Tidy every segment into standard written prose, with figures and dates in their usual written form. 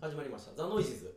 始まりましたザ・ノイジーズ。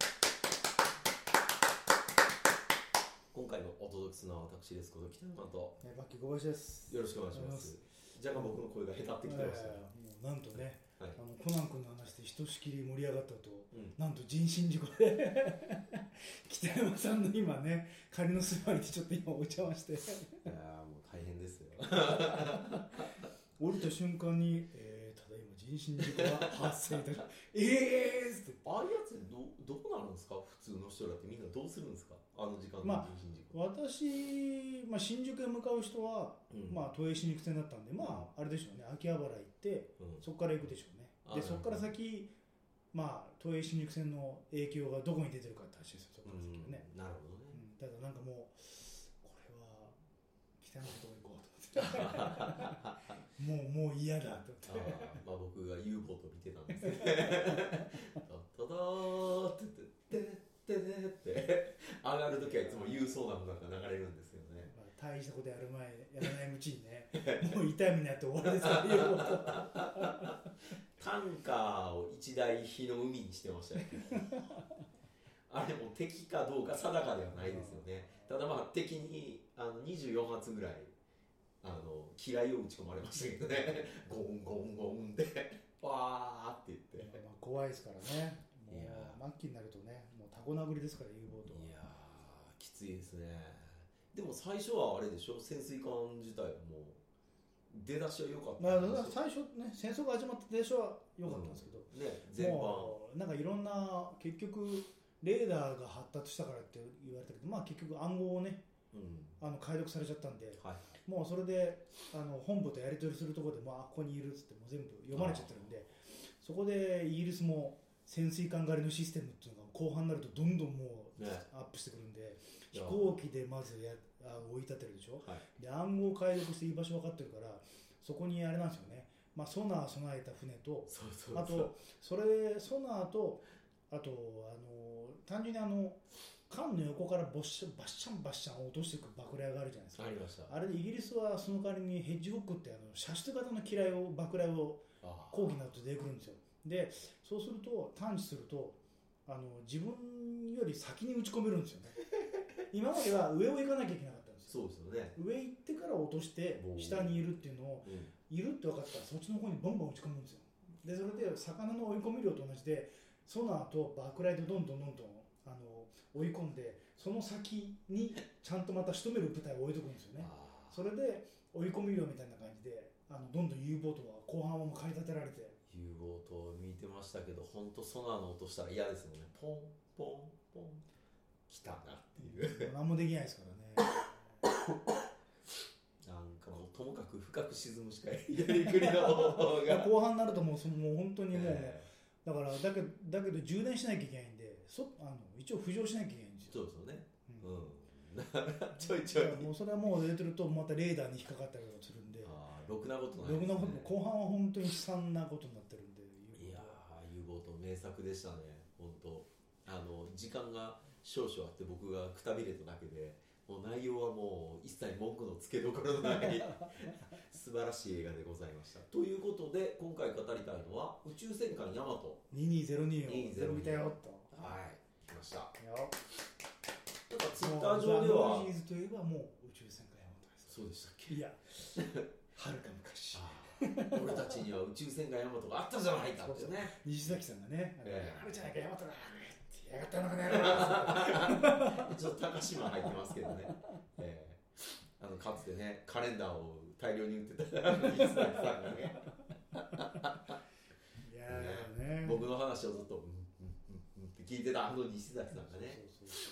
今回のお届けするのは私ですこと北山とバッキー小林です。 よろしくお願いします。若干僕の声が下手ってきてました、ね。 もうなんとね、 はい、 コナン君の話でひとしきり盛り上がったと、 うん、 なんと人身事故で北山さんの今ね仮の座りでちょっと今お茶をしていやもう大変ですよ降りた瞬間に、ただいま人身事故が発生いたしってああいうやつどうなるんですか。普通の人だってみんなどうするんですか、あの時間の人身事故。 私、新宿へ向かう人は、都営新宿線だったんで、あれでしょうね、秋葉原行って、そこから行くでしょうね。でそこから先、都営新宿線の影響がどこに出てるかって話ですよ、そこから先はね。 なるほどね。 ただなんかもうこれは北山のとこ行こうと思ってもう嫌だと思って僕が U ボート見てたんですけどねタダーって言っててねって上がるときはいつも言うそうなものが流れるんですよね。 大したことやらないうちにねもう痛みになって終わりですからタンカーを一台火の海にしてましたよあれも敵かどうか定かではないですよね。ただ敵に24発ぐらい機雷を撃ち込まれましたけどねゴンゴンゴンでわーって言って怖いですからね。もう末期になるとねもうタコ殴りですから U ボートは。 いやーきついですね。でも最初はあれでしょ、潜水艦自体はもう出だしは良かったんですよ。 最初ね戦争が始まった出だしは良かったんですけど、 全般なんかいろんな結局レーダーが発達したからって言われたけど、結局暗号をね、解読されちゃったんで、もうそれで本部とやり取りするところでここにいるっつっても全部読まれちゃってるんで、そこでイギリスも潜水艦狩りのシステムっていうのが後半になるとどんどんもうアップしてくるんで、飛行機でまず追い立てるでしょ、で暗号解読して居場所分かってるからそこにあれなんですよね、ソナー備えた船と、あとそれソナーとあと単純に艦の横からバッシャンバッシャン落としていく爆雷があるじゃないですか。 ありました。 あれでイギリスはその代わりにヘッジホックって射出型の爆雷を後期になって出てくるんですよ。でそうすると探知すると自分より先に撃ち込めるんですよね今までは上を行かなきゃいけなかったんですよ。 そうですよね。 上行ってから落として下にいるっていうのを、いるって分かったらそっちの方にボンボン撃ち込むんですよ。でそれで魚の追い込み量と同じでソナーと爆雷でどんどん追い込んでその先にちゃんとまた仕留める部隊を置いとくんですよね。それで追い込み量みたいな感じでどんどん U ボートは後半はもう駆り立てられて、 U ボート見てましたけど本当ソナーの音したら嫌ですもんね。ポンポンポン来たなっていう何もできないですからねなんかもうともかく深く沈むしかやりくりの方が後半になるともう本当にもう、だけど充電しなきゃいけないんで一応浮上しなきゃいけないんですよ。 そうですよね。ちょいちょいもうそれはもう出てるとまたレーダーに引っかかったりとかするんで、 ろくなことないですね。 後半は本当に悲惨なことになってるんで。 いやー U ボート名作でしたね。本当時間が少々あって僕がくたびれただけでもう内容はもう一切文句のつけどころのない素晴らしい映画でございました。ということで今回語りたいのは宇宙戦艦ヤマト 2202を全部見たよと。 来ました。 なんかツイッター上ではザ・ノイジーズといえばもう宇宙戦艦ヤマトです。 そうでしたっけ。 いやはるか昔俺たちには宇宙戦艦ヤマトがあったじゃないかってね西崎さんがね、あるじゃないかヤマトがってやがったのかねちょっと高島入ってますけどね、かつてねカレンダーを大量に売ってた西崎さんがねいやね僕の話をずっとって聞いてた西崎さんがね。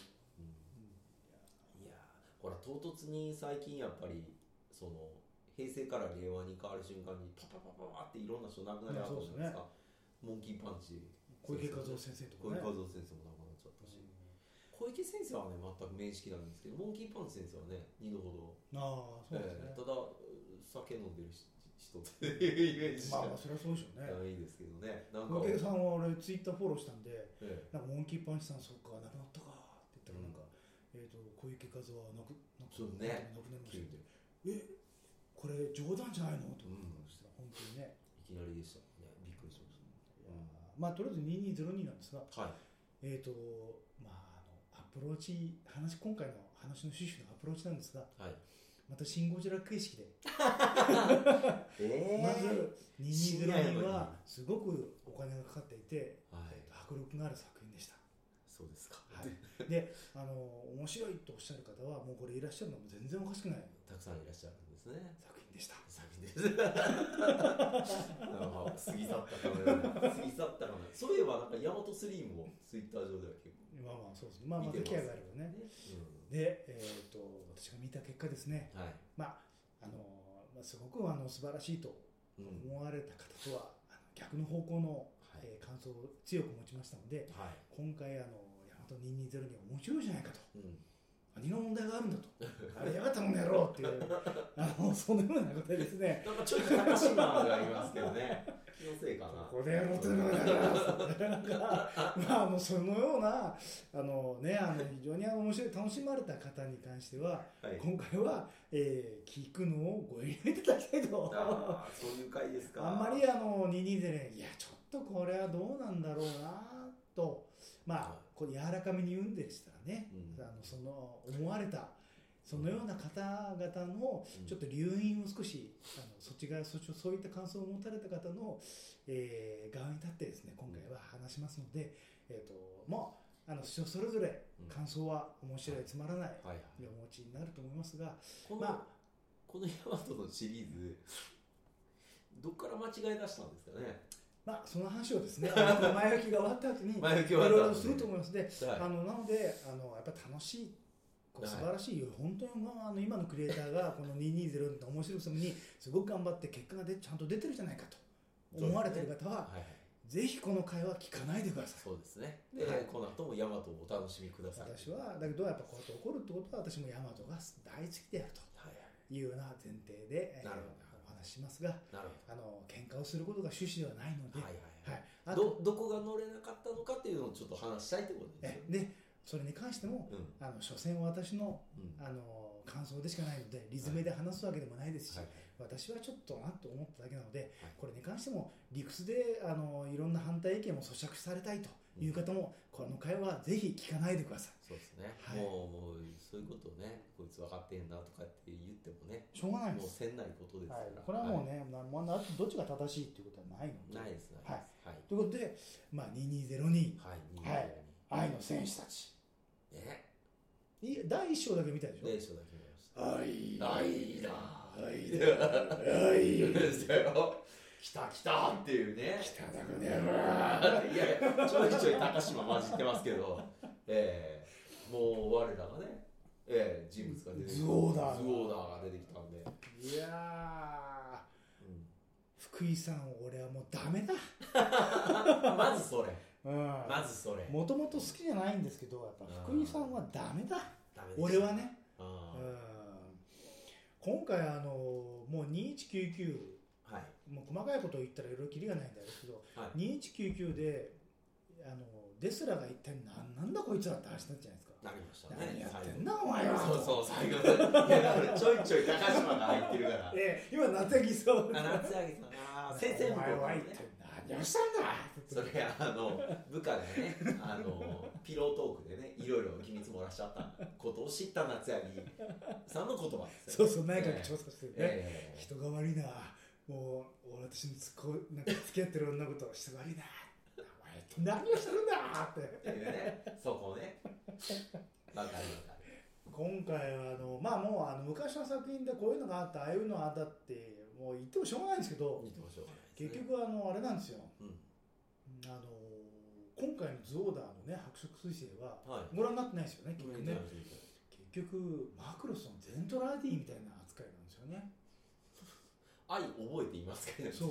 いやほら唐突に最近やっぱりその平成から令和に変わる瞬間にパパパパパっていろんな人亡くなりはったじゃないですか。モンキーパンチ小池和夫先生とかね。 小池和夫先生も亡くなっちゃったし、小池先生はね全く面識なんですけどモンキーパンチ先生はね2度ほどそうですね、 ただ酒飲んでる人っていうイメージしかそれはそうでしょうね。 ないですけどね。なんか小池さんは俺ツイッターフォローしたんで、なんかモンキーパンチさんそっか亡くなったかって言ったらなんか、小池和夫は亡くなりましたってこれ冗談じゃないのと思ってました、本当にね。 いきなりでしたね。びっくりしました。 まあとりあえず2202なんですが、 はい、 まあ、アプローチ今回の話の趣旨のアプローチなんですが、 はい、 またシン・ゴジラ形式でまず2202はすごくお金がかかっていて、迫力がある作品でした。 そうですか、 はい、で面白いとおっしゃる方はもうこれいらっしゃるのも全然おかしくない、 たくさんいらっしゃるんですね。 作品でした。 作品です過ぎ去ったかのような過ぎ去ったかのような。そういえばなんかヤマトスリームもツイッター上では結構まあまあそうですね、まあまあ出来上がればね、で、私が見た結果ですね、 はい、 まあすごく素晴らしいと思われた方とは、逆の方向の、感想を強く持ちましたので、 はい、 今回ヤマト220には面白いじゃないかと、何の問題があるんだとあれやがったもんやろうっていうそのようなことですね。 なんかちょっと高島がありますけどね気のせいかな、 ここでやろうというのがなんかまあそのような非常に面白い楽しまれた方に関しては、今回は、聞くのをご遠慮いただきたいと。 そういう回ですか。 あんまり220でいやちょっとこれはどうなんだろうなと、まあこれ柔らかめに言うんでしたらね、その思われたそのような方々のちょっと留飲を少しそういった感想を持たれた方の、側に立ってですね今回は話しますので、もうそれぞれ感想は面白いつまらないでお持ちになると思いますが、 このヤマトのシリーズどっから間違い出したんですかね。 まあ、その話をですね前置きが終わった後にいろいろすると思います。で、なのでやっぱり楽しい素晴らしいよ、本当に今のクリエイターがこの220の面白さにすごく頑張って結果がちゃんと出てるじゃないかと思われている方は、ぜひこの会話聞かないでください。 そうですね。で、この後もヤマトをお楽しみください。 私はだけどやっぱこうやって怒るってことは私もヤマトが大好きであるというような前提で、お話ししますが、喧嘩をすることが趣旨ではないので、 どこが乗れなかったのかっていうのをちょっと話したいってことですよね。 でそれに関しても、所詮私の、感想でしかないのでリズムで話すわけでもないですし、私はちょっとなと思っただけなので、これに関しても理屈でいろんな反対意見を咀嚼されたいという方も、この会話はぜひ聞かないでください。 そうですね、もうそういうことをね、こいつ分かってんなとかって言ってもね、 しょうがないです。 もうせんないことですから、 これはもうね、どっちが正しいということはないので。 ないです。 ということで、2202、愛の戦士たち。第1章だけ見たでしょ。 第1章だけ見ました。 愛だ来たっていうね。 来ただこの野郎。 いやちょいちょい高島混じってますけど、もう我らがね、人物が出てきた。ズオーダーが出てきたんで。 いや福井さん、俺はもうダメだ。 まずそれ。もともと好きじゃないんですけど、やっぱ福井さんはダメだ。俺はね。今回もう2199、もう細かいことを言ったらいろいろキリがないんですけど、2199でデスラが一体なんだこいつらって話になっちゃないですか。 なりましたね。 何やってんだお前は。 そう最後で。いやだからちょいちょい高島が入ってるから。 今夏柳さん。 先生もお前は一体何をしたんだ。 それ部下がねピロートークでねいろいろ機密漏らしちゃったことを知った夏柳さんの言葉ですよね。 そう内閣調査してるね。人が悪いな。もう私のなんか付き合ってる女の子と人が悪いな。何をしてるんだってそこね分かる今回はまあもう昔の作品でこういうのがあったああいうのがあったってもう言ってもしょうがないんですけど、結局あれなんですよ、今回のズオーダーのね白色彗星はご覧になってないですよね。結局マクロスのゼントラーディみたいな扱いなんですよね。 愛覚えていますかね。 そう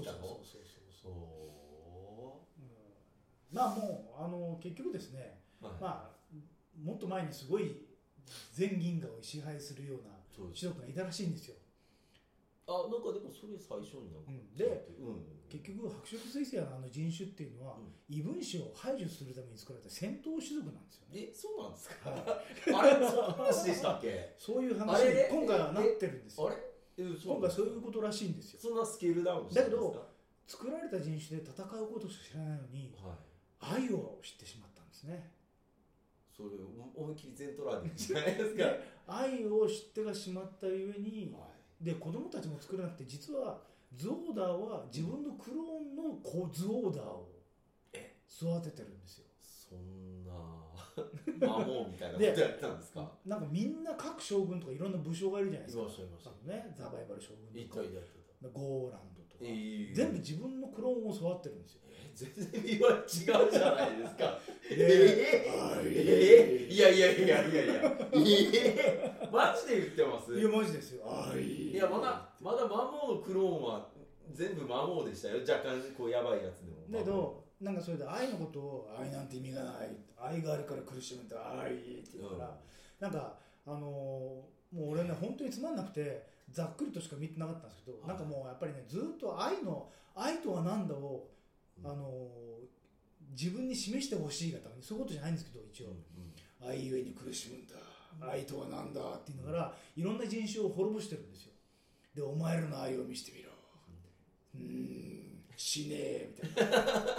まあもう結局ですね、まあもっと前にすごい全銀河を支配するような種族がいたらしいんですよ。 なんかでもそれ最初にで、結局白色彗星の人種っていうのは、異分子を排除するために作られた戦闘種族なんですよね。 そうなんですか。あれそんな話でしたっけ。 そういう話に今回はなってるんですよ。今回そういうことらしいんですよ。 そんなスケールダウンしてるんですか。 作られた人種で戦うことしか知らないのに、 はい、 愛を知ってしまったんですね。 それ思いっきりゼントラーデンじゃないですか愛を知ってしまったゆえに、 はい、 で子供たちも作らなくて、実はズオーダーは自分のクローンの子ズオーダーを育ててるんですよ。 そんな魔王みたいなことやってたんですか。 なんかみんな各将軍とかいろんな武将がいるじゃないですか。 いましたね、ザバイバル将軍とかゴーランドとか、全部自分のクローンを育ってるんですよ。 全然違うじゃないですかいやマジで言ってます。 いやマジですよ。 いやまだ魔王のクローンは全部魔王でしたよ。若干こうやばいやつでも。 だけどなんかそれで愛のことを愛なんて意味がない、愛があるから苦しむんだ愛って言うから、なんかもう俺ね本当につまんなくてざっくりとしか見てなかったんですけど、なんかもうやっぱりねずっと愛とは何だを自分に示してほしいがために、そういうことじゃないんですけど、一応、愛ゆえに苦しむんだ、愛とは何だって言いながらいろんな人種を滅ぼしてるんですよ。でお前らの愛を見せてみろ、死ねえみたいな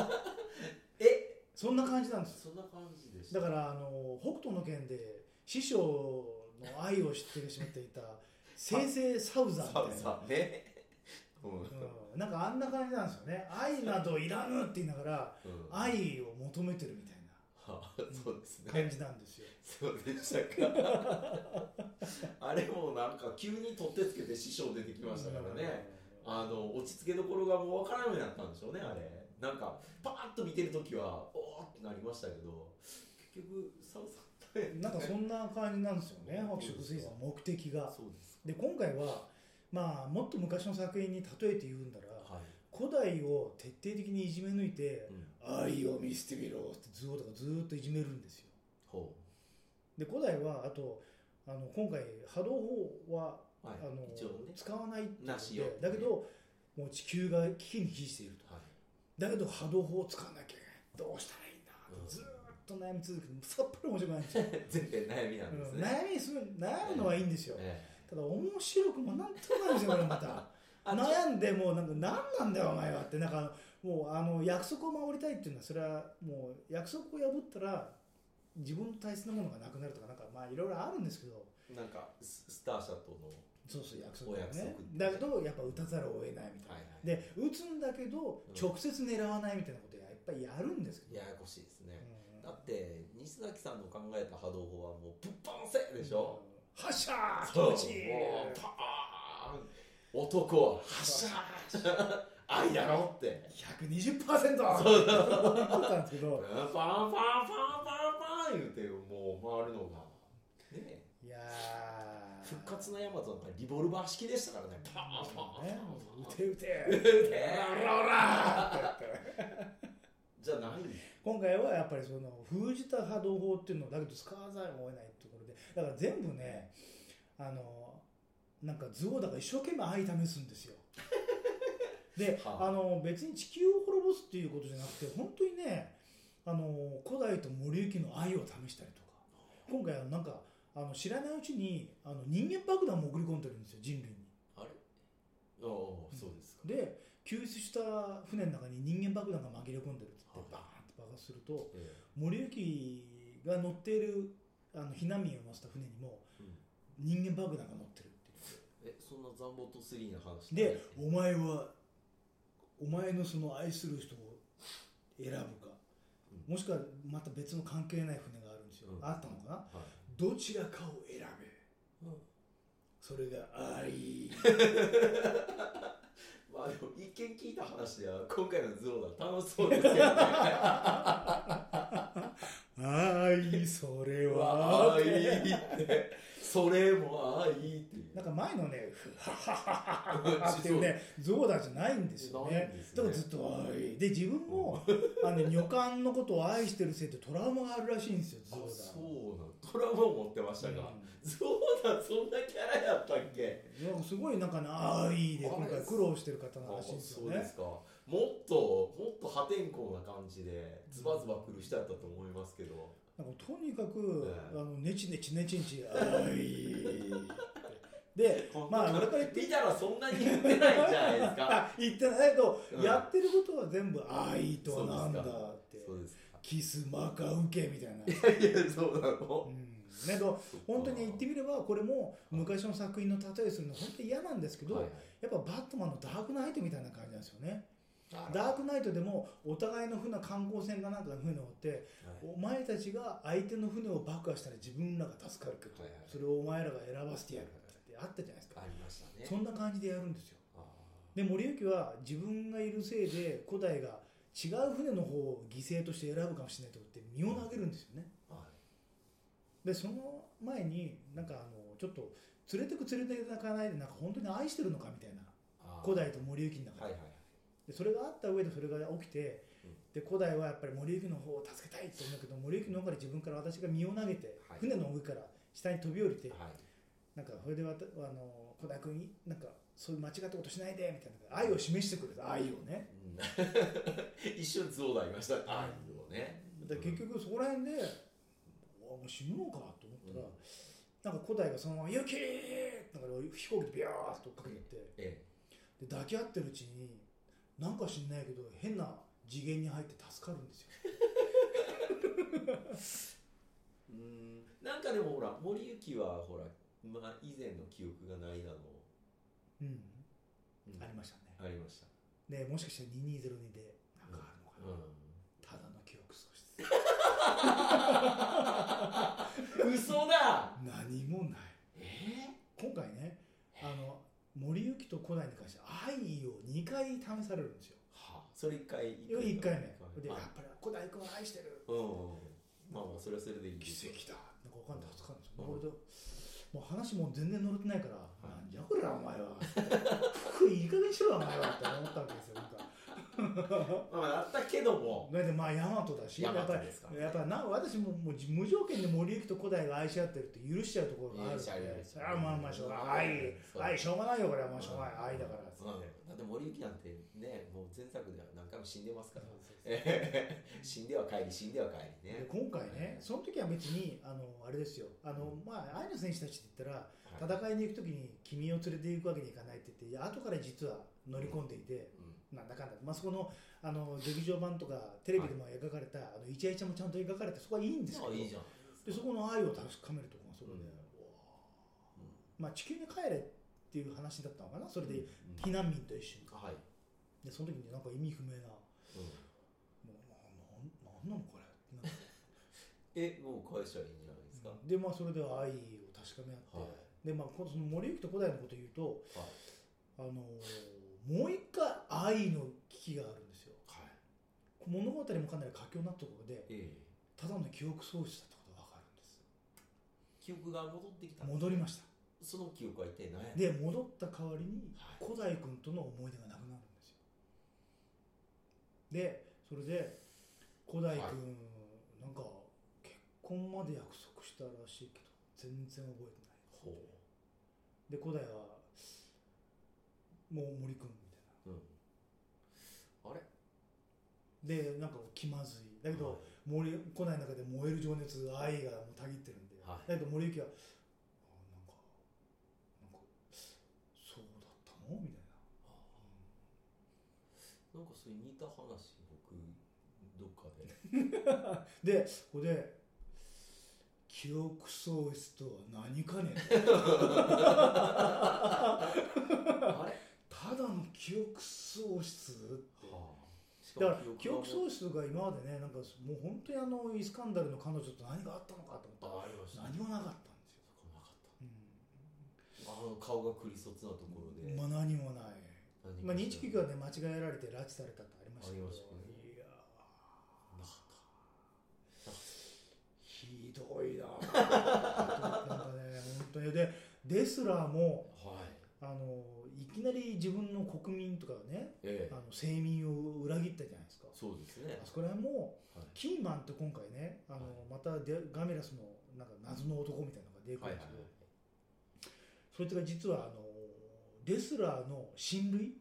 そんな感じなんですよ。 そんな感じでした。 だから北斗の拳で師匠の愛を知ってしまっていた正々サウザーみたいなねなんかあんな感じなんですよね。愛などいらぬって言いながら、愛を求めてるみたいなそうですね、 感じなんですよ。 そうでしたかあれもなんか急に取ってつけて師匠出てきましたからね、落ち着けどころがもう分からなくなったんでしょうね。あれなんかパーッと見てるときはおーってなりましたけど、結局サウさんなんかそんな感じなんですよね白色水素の目的が。 そうです。 で今回はまあもっと昔の作品に例えて言うんだら、古代を徹底的にいじめ抜いて、愛を見せてみろってズオーダーがずっといじめるんですよ。で古代はあと今回波動砲は、使わないって言ってだけどもう地球が危機に瀕していると、だけど波動砲を使わなきゃどうしたらいいんだってずっと悩み続けてさっぱり面白くないんですよ全編悩みなんですね。 悩むのはいいんですよ、ただ面白くもなんともないんですよこれまた悩んでもうなんか何なんだよお前はってなんかもう約束を守りたいっていうのはそれはもう約束を破ったら自分の大切なものがなくなるとかなんかまあいろいろあるんですけど、 なんかスターシャとの約束ね、だけどやっぱ打たざるを得ないみたいな、で打つんだけど直接狙わないみたいなことやっぱりやるんですけど、 ややこしいですね、だって西崎さんの考えた波動砲はもうぶっ放せでしょ、 発射気持ちいいパーン男は発射愛だろって 120% そうだったんですけどパンパンパンパンパン言うてもう回るのがね。 いや復活のヤマトなんかリボルバー式でしたからね。パンパンパン撃て撃てオラオラじゃない。 今回はやっぱりその封じた波動砲っていうのをだけど使わざるを得ないところで、だから全部ねなんかズオーダーが一生懸命愛試すんですよで別に地球を滅ぼすっていうことじゃなくて本当にね古代と森行の愛を試したりとか、今回はなんか知らないうちに人間爆弾も送り込んでるんですよ人類に。 あれそうですか。 で救出した船の中に人間爆弾が紛れ込んでるって言ってバーンって爆発すると、森行が乗っている避難民を乗せた船にも人間爆弾が乗ってるっていう。 そんなザンボット3の話でお前のその愛する人を選ぶか、もしくはまた別の関係ない船があるんですよ、あったのかな、どちらかを選べ、それが愛まあでも一見聞いた話では今回のズオーダー楽しそうですけどね愛それは愛ってそれも愛っていうなんか前のねフハハハハっていうねゾーダーじゃないんですよね。だからずっと愛で自分も女官のことを愛してるせいでトラウマがあるらしいんですよゾーダー。 そうなトラウマを持ってましたが、ゾーダーそんなキャラやったっけ。 なんかすごいなんかね愛で今回苦労してる方らしいんですよね。 そうですか。もっと破天荒な感じでズバズバ来る人だったと思いますけど、 なんかとにかくネチネチ愛でまあ俺から見たらそんなに言ってないんじゃないですか言ってないけど、やってることは全部愛とはなんだってキスマカウケみたいな。 いやそうなの、 だけど本当に言ってみればこれも昔の作品の例えするの本当に嫌なんですけど、やっぱバットマンのダークナイトみたいな感じなんですよね。ダークナイトでもお互いの船、観光船かなんかの船を追って、お前たちが相手の船を爆破したら自分らが助かるけど、それをお前らが選ばせてやるってあったじゃないですか。 ありましたね。 そんな感じでやるんですよ。で森行は自分がいるせいで古代が違う船の方を犠牲として選ぶかもしれないと思って身を投げるんですよね。でその前になんかちょっと連れてくかないでなんか本当に愛してるのかみたいな、古代と森行の中で。でそれがあった上でそれが起きて、で古代はやっぱり森行の方を助けたいと思うけど、森行の方から自分から私が身を投げて、船の上から下に飛び降りて、なんかそれで古代君なんかそういう間違ったことしないでみたいな愛を示してくれた、愛をね、 一瞬ゾウだいました愛をね。 で結局そこら辺でもう死ぬのかと思ったら、なんか古代がそのまま「ユキー!」なんか飛行機でビャーッと追っかけていって、で抱き合ってるうちになんか知んないけど変な次元に入って助かるんですよ。 なんかでもほら森行はほら、以前の記憶がないなの、 ありましたね。 ありました。 でもしかしたら2202でなんかあるのかな、ただの記憶喪失。 嘘だ。 何もない。今回ね森行と古代に関して愛を2回試されるんですよ。 それ1回 1回目でやっぱり古代君を愛してる。 まあそれはそれでいい。 奇跡だ。なんかわかんない助かるんですよ。俺ともう話も全然乗れてないから、なんじゃこれお前は。服いい加減しろお前はって思ったわけですよ。 あったけども。 だってまあ大和だし、やっぱり私も無条件で森行と古代が愛し合ってるって許しちゃうところがあるんで、まあしょうがない愛しょうがないよこれはもうしょうがない愛だから。 だって森行なんてねもう前作では何回も死んでますから。死んでは帰り死んでは帰りね。 今回ねその時は別にあれですよ、まあ愛の選手たちって言ったら戦いに行く時に君を連れて行くわけにいかないって言って後から実は乗り込んでいて。なんだかんだ、そこの劇場版とかテレビでも描かれたイチャイチャもちゃんと描かれてそこはいいんですけど、でそこの愛を確かめるところがそれで、まあ地球に帰れっていう話だったのかな、それで避難民と一緒に、でその時になんか意味不明な、もうなんなのこれもう返しゃいいんじゃないですか。 でまあそれで愛を確かめ合って、でまあその森行と古代のことを言うと、もう一回愛の危機があるんですよ。物語もかなり佳境になったところで、ただの記憶喪失だったことが分かるんです。 記憶が戻ってきた。 戻りました。 その記憶は一体何や。 で戻った代わりに古代君との思い出がなくなるんですよ。でそれで古代君、なんか結婚まで約束したらしいけど全然覚えてない。で古代はもう森君みたいな、 あれでなんか気まずいだけど、古代の中で燃える情熱愛がもうたぎってるんで、だけど森行はなんかそうだったのみたいな、 なんかそれ似た話僕どっかででこれで記憶喪失とは何かねあれただの記憶喪失って、だから記憶喪失が今までねなんかもう本当にイスカンダルの彼女と何があったのかと思ったら何もなかったんですよ。 顔がクリソツなところで、 何もない。日記がね間違えられて拉致されたってありましたけど、いやなかった。ひどいな。なんかね本当にデスラーも、いきなり自分の国民とかね、生民を裏切ったじゃないですか。 そうですね。 あそこら辺も、キーマンって今回ねまたガメラスのなんか謎の男みたいなのが出てくるんですけど、そいつが実はデスラーの親類、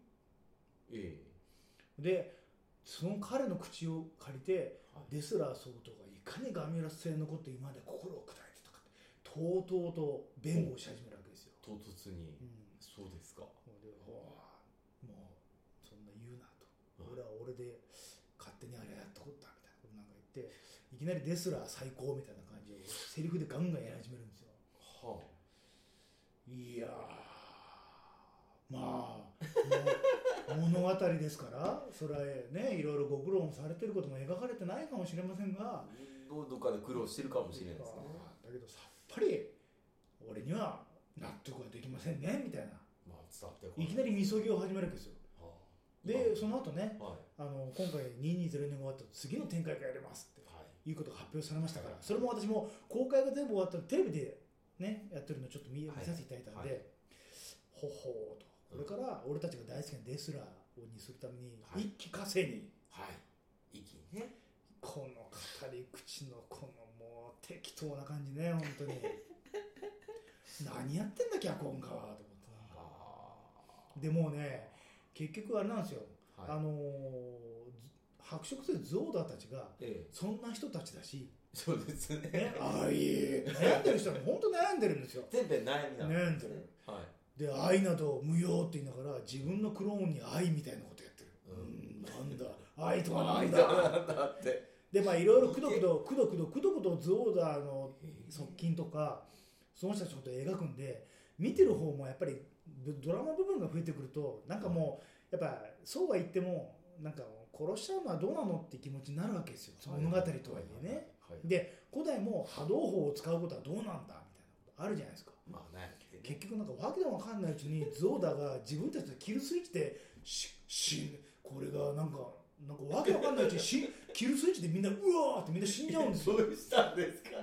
でその彼の口を借りて、デスラー総統がいかにガメラス製のこと今まで心を砕いてとかとうとうと弁護をし始めるわけですよ。 唐突に、そうですか。 でもうそんな言うなと、俺は俺で勝手にあれやったことだみたいなことなんか言って、いきなりデスラー最高みたいな感じでセリフでガンガンやり始めるんですよ。はあ、いやまあ物語ですからそれはね、いろいろご苦労されてることも描かれてないかもしれませんが、 どっかで苦労してるかもしれないですね。 だけどさっぱり俺には納得ができませんねみたいな、 まあ、伝わってこないいきなりみそぎを始めるわけですよ。はあ、でその後ね、はい、今回220年終わった次の展開がやりますって、はい、いうことが発表されましたから、はい、それも私も公開が全部終わったらテレビでねやってるのをちょっと見させていただいたんで、はいはい、ほほーとこれから俺たちが大好きなデスラーにするために一気呵成に、はい、一気にね、この語り口のこのもう適当な感じね、本当に何やってんだ脚本家はと思って、でもうね結局あれなんですよ、はい、白色性ゾーダーたちが、そんな人たちだし、 そうですね、 ああいい悩んでる人は本当悩んでるんですよ。 全編悩みなんですね、はい、で愛など無用って言いながら自分のクローンに愛みたいなことやってる、なんだ愛とはなんだってでまあいろいろくどくどゾーダーの側近とかその人たちのことを描くんで、見てる方もやっぱりドラマ部分が増えてくるとなんかもうやっぱそうは言ってもなんか殺しちゃうのはどうなのって気持ちになるわけですよ、物語とはいえね、で古代も波動砲を使うことはどうなんだみたいなことあるじゃないですか、まあね、結局なんかわけでもわかんないうちにゾーダが自分たちでキルスイッチでこれがなんかわけわかんないうちにキルスイッチでみんなうわーってみんな死んじゃうんですよ。 どうしたんですか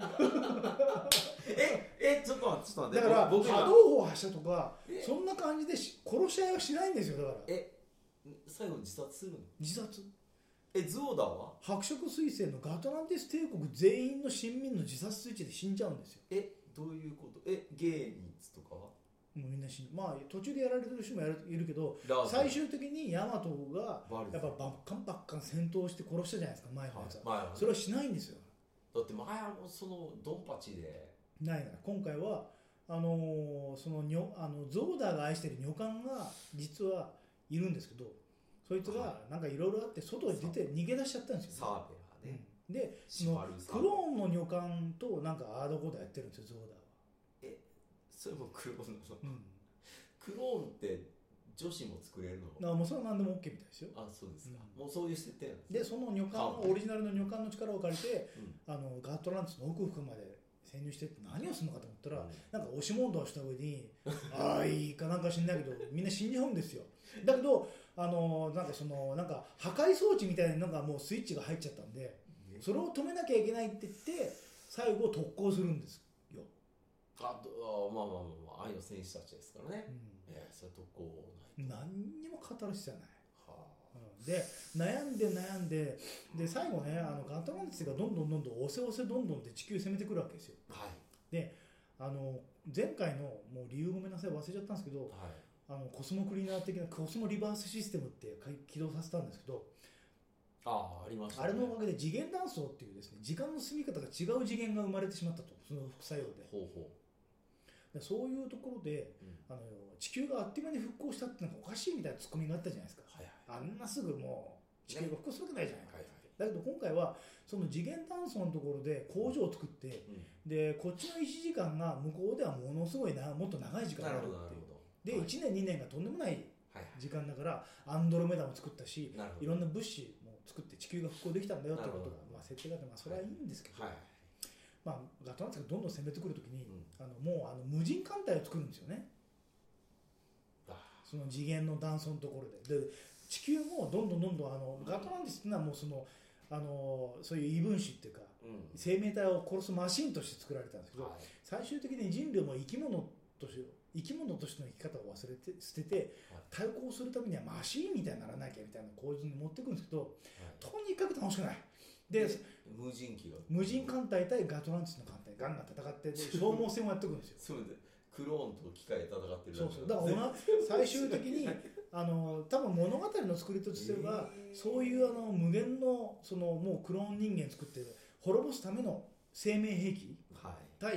ちょっと待ってだから波動砲発射とかそんな感じで殺し合いはしないんですよ。だから最後自殺するの？自殺？ゾーダは白色彗星のガトランティス帝国全員の臣民の自殺スイッチで死んじゃうんですよ。 どういうこと？ゲーニッツとかはもうみんな死んで、まあ途中でやられてる人もいるけど、最終的にヤマトがやっぱバッカン戦闘して殺したじゃないですか、前のやつは、それはしないんですよ。 だって前はそのドンパチでないな。今回はそのゾーダーが愛してる女官が実はいるんですけど、そいつがなんかいろいろあって外に出て逃げ出しちゃったんですよ、ね、サーベラね、でそのクローンの女官となんかアードコーダーやってるんですよ、ゾーダーは。 それもクローンの、クローンって女子も作れるの？ もうそれは何でも OK みたいですよ。 そうですか、もうそういう設定なんですね。でその女官オリジナルの女官の力を借りて、ガットランティスの奥深くまで潜入してって何をするのかと思ったら、なんか押し問答した上にいいかなんか知んないけどみんな死んじゃうんですよ。だけどなんか破壊装置みたいなのがもうスイッチが入っちゃったんで、それを止めなきゃいけないって言って最後特攻するんですよ。 まあ愛の戦士たちですからね、それ特攻ない何にも語る必要ない、で悩んでで最後ねガトランティスがどんどん押せどんどんで地球攻めてくるわけですよ、で前回のもう理由ごめんなさい忘れちゃったんですけど、コスモクリーナー的なコスモリバースシステムって起動させたんですけど、 ありましたね、 あれのおかげで次元断層っていうですね、時間の進み方が違う次元が生まれてしまったと、その副作用で。そういうところで、地球があっという間に復興したってのがおかしいみたいなツッコミがあったじゃないですか、あんなすぐもう地球が復興するわけないじゃないか、だけど今回はその次元断層のところで工場を作って、でこっちの1時間が向こうではものすごいもっと長い時間があるっていうで、1年2年がとんでもない時間だから、アンドロメダも作ったし、いろんな物資も作って地球が復興できたんだよってことが、設定があって、それはいいんですけど、ガトランティスがどんどん攻めてくるときに、もう無人艦隊を作るんですよね、その次元の断層のところで。地球もどんどんガトランティスっていうのはもうそういう異分子っていうか、生命体を殺すマシンとして作られたんですけど、最終的に人類も生き物としての生き方を捨てて対抗するためにはマシンみたいにならなきゃみたいな構図に持っていくんですけど、とにかく楽しくない。で無人艦隊対ガトランティスの艦隊ガンガン戦って消耗戦をやっていくんですよ。 そうでクローンと機械で戦ってる。 そうだから最終的に多分物語の作りとしては、そういう無限のもうクローン人間作って滅ぼすための生命兵器対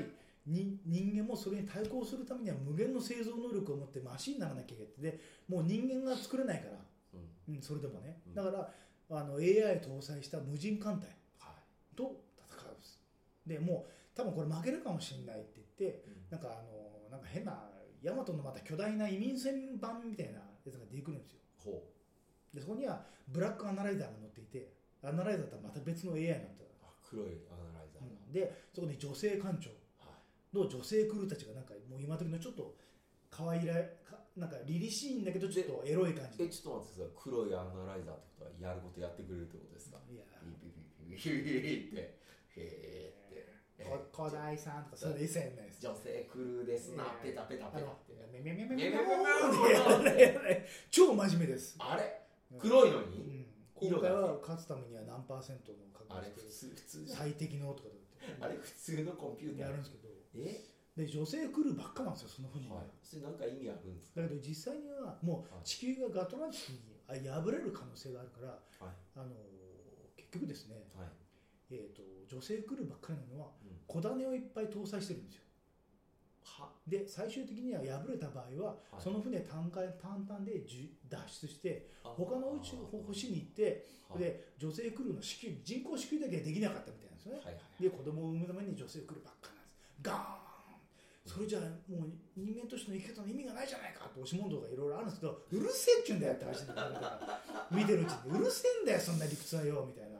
人間もそれに対抗するためには無限の製造能力を持ってマシンにならなきゃいけないで、もう人間が作れないから、それでもね、だからAI 搭載した無人艦隊と戦うんです。でもう多分これ負けるかもしれないって言って、なんか変なヤマトのまた巨大な移民船版みたいなやつが出てくるんですよ。でそこにはブラックアナライザーが乗っていて、アナライザーとはまた別の AI になってる。 黒いアナライザー、 でそこに女性艦長の女性クルーたちがなんかもう今時のちょっと可愛いなんか凛々しいんだけどちょっとエロい感じ。 ちょっと待ってください、黒いアナライザーってことはやることやってくれるってことですか？いやビビビビビビってへーって古代さんとかそれ一切やんないです。 女性クルーですな、ペタペタペタってメメメメメメメ超真面目です。 あれ黒いのに、 今回は勝つためには何%の確率、あれ普通最適のとかあれ普通のコンピューターやるんですけど、で女性クルーばっかなんですよ、その船には。 それなんか意味あるんですか？ だけど実際にはもう地球がガトランティスに破れる可能性があるから、結局ですね、女性クルーばっかりなのは小種をいっぱい搭載してるんですよ。で最終的には破れた場合は、その船単々で脱出して他の星に行って、で女性クルーの人工子宮だけはできなかったみたいなんですよね。で子供を産むために女性クルーばっかりなんです。ガーン、それじゃもう人間としての生き方の意味がないじゃないかと押し問答がいろいろあるんですけど、うるせえっちゅうんだよって話になるから見てるうちにうるせえんだよそんな理屈はよみたいな。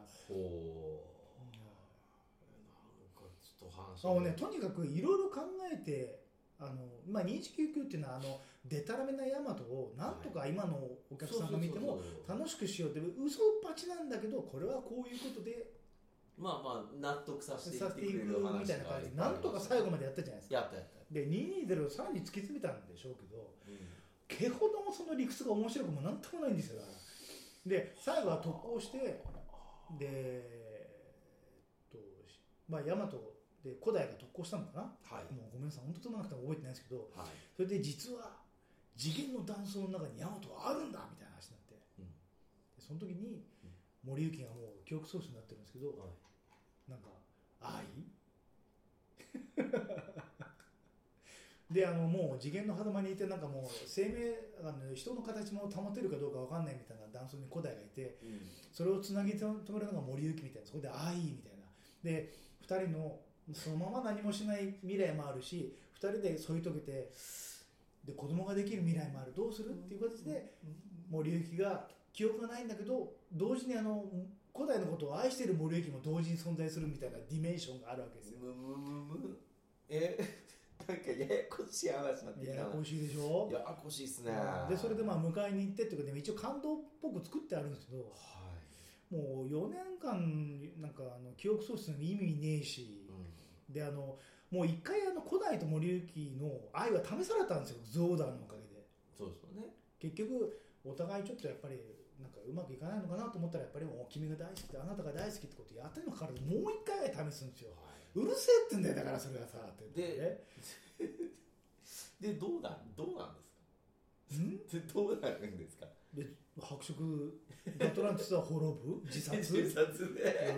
とにかくいろいろ考えて2199っていうのはデタラメなヤマトをなんとか今のお客さんが見ても楽しくしようって嘘っぱちなんだけど、これはこういうことで納得させていくみたいな感じでなんとか最後までやったじゃないですか。 やったで220をさらに突き詰めたんでしょうけど、けほどもその理屈が面白くもなんともないんですよ。で最後は特攻して、でヤマトで古代が特攻したのかな、もうごめんなさい本当となくても覚えてないですけど、それで実は次元の断層の中にヤマトはあるんだみたいな話になって、でその時に森行がもう記憶喪失になってるんですけど、なんか愛でもう次元の狭間にいて、なんかもう生命人の形も保てるかどうか分かんないみたいな断層に古代がいて、それをつなぎ止めるのが森行みたいな、そこで愛みたいなで2人のそのまま何もしない未来もあるし、2人で添い遂げてで子供ができる未来もある、どうするっていう形で森行が記憶がないんだけど同時に古代のことを愛している森行も同時に存在するみたいなディメンションがあるわけですよ。 なんかややこしい話になってきたな。 ややこしいでしょ。 ややこしいっすね。 でそれで迎えに行ってっていうか、でも一応感動っぽく作ってあるんですけど、もう4年間なんか記憶喪失の意味ねえし、でもう一回古代と森行の愛は試されたんですよ、ゾーダンのおかげで。 そうですよね。結局お互いちょっとやっぱりなんかうまくいかないのかなと思ったら、やっぱりもう君が大好きであなたが大好きってことやってるのかから、もう一回試すんですよ。うるせえってんだよだからそれはさってでどうなんですか？どうなるんですか？ で白色ガトランティスは滅ぶ自殺で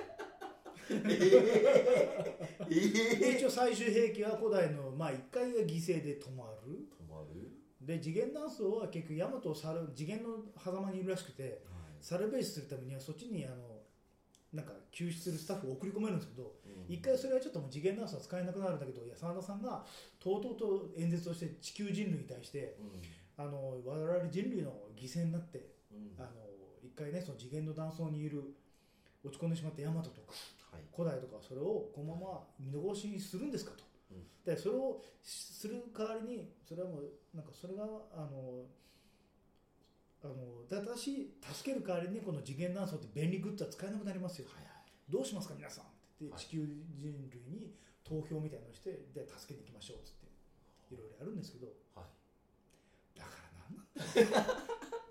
一応最終兵器は古代の1回が犠牲で止まるで、次元断層は結局ヤマトを次元の狭間にいるらしくて、サルベージするためにはそっちになんか救出するスタッフを送り込めるんですけど、一回それはちょっともう次元断層は使えなくなるんだけど、真田さんがとうとうと演説をして地球人類に対して、我々人類の犠牲になって、一回ねその次元の断層にいる落ち込んでしまったヤマトとか、古代とかそれをこのまま見逃しにするんですかと。でそれをする代わりに、それはもうなんかそれが私助ける代わりにこの次元断層って便利グッズは使えなくなりますよ、どうしますか皆さんって言って、地球人類に投票みたいなのをして、で助けに行きましょうっていろいろやるんですけど、だから何なんだよ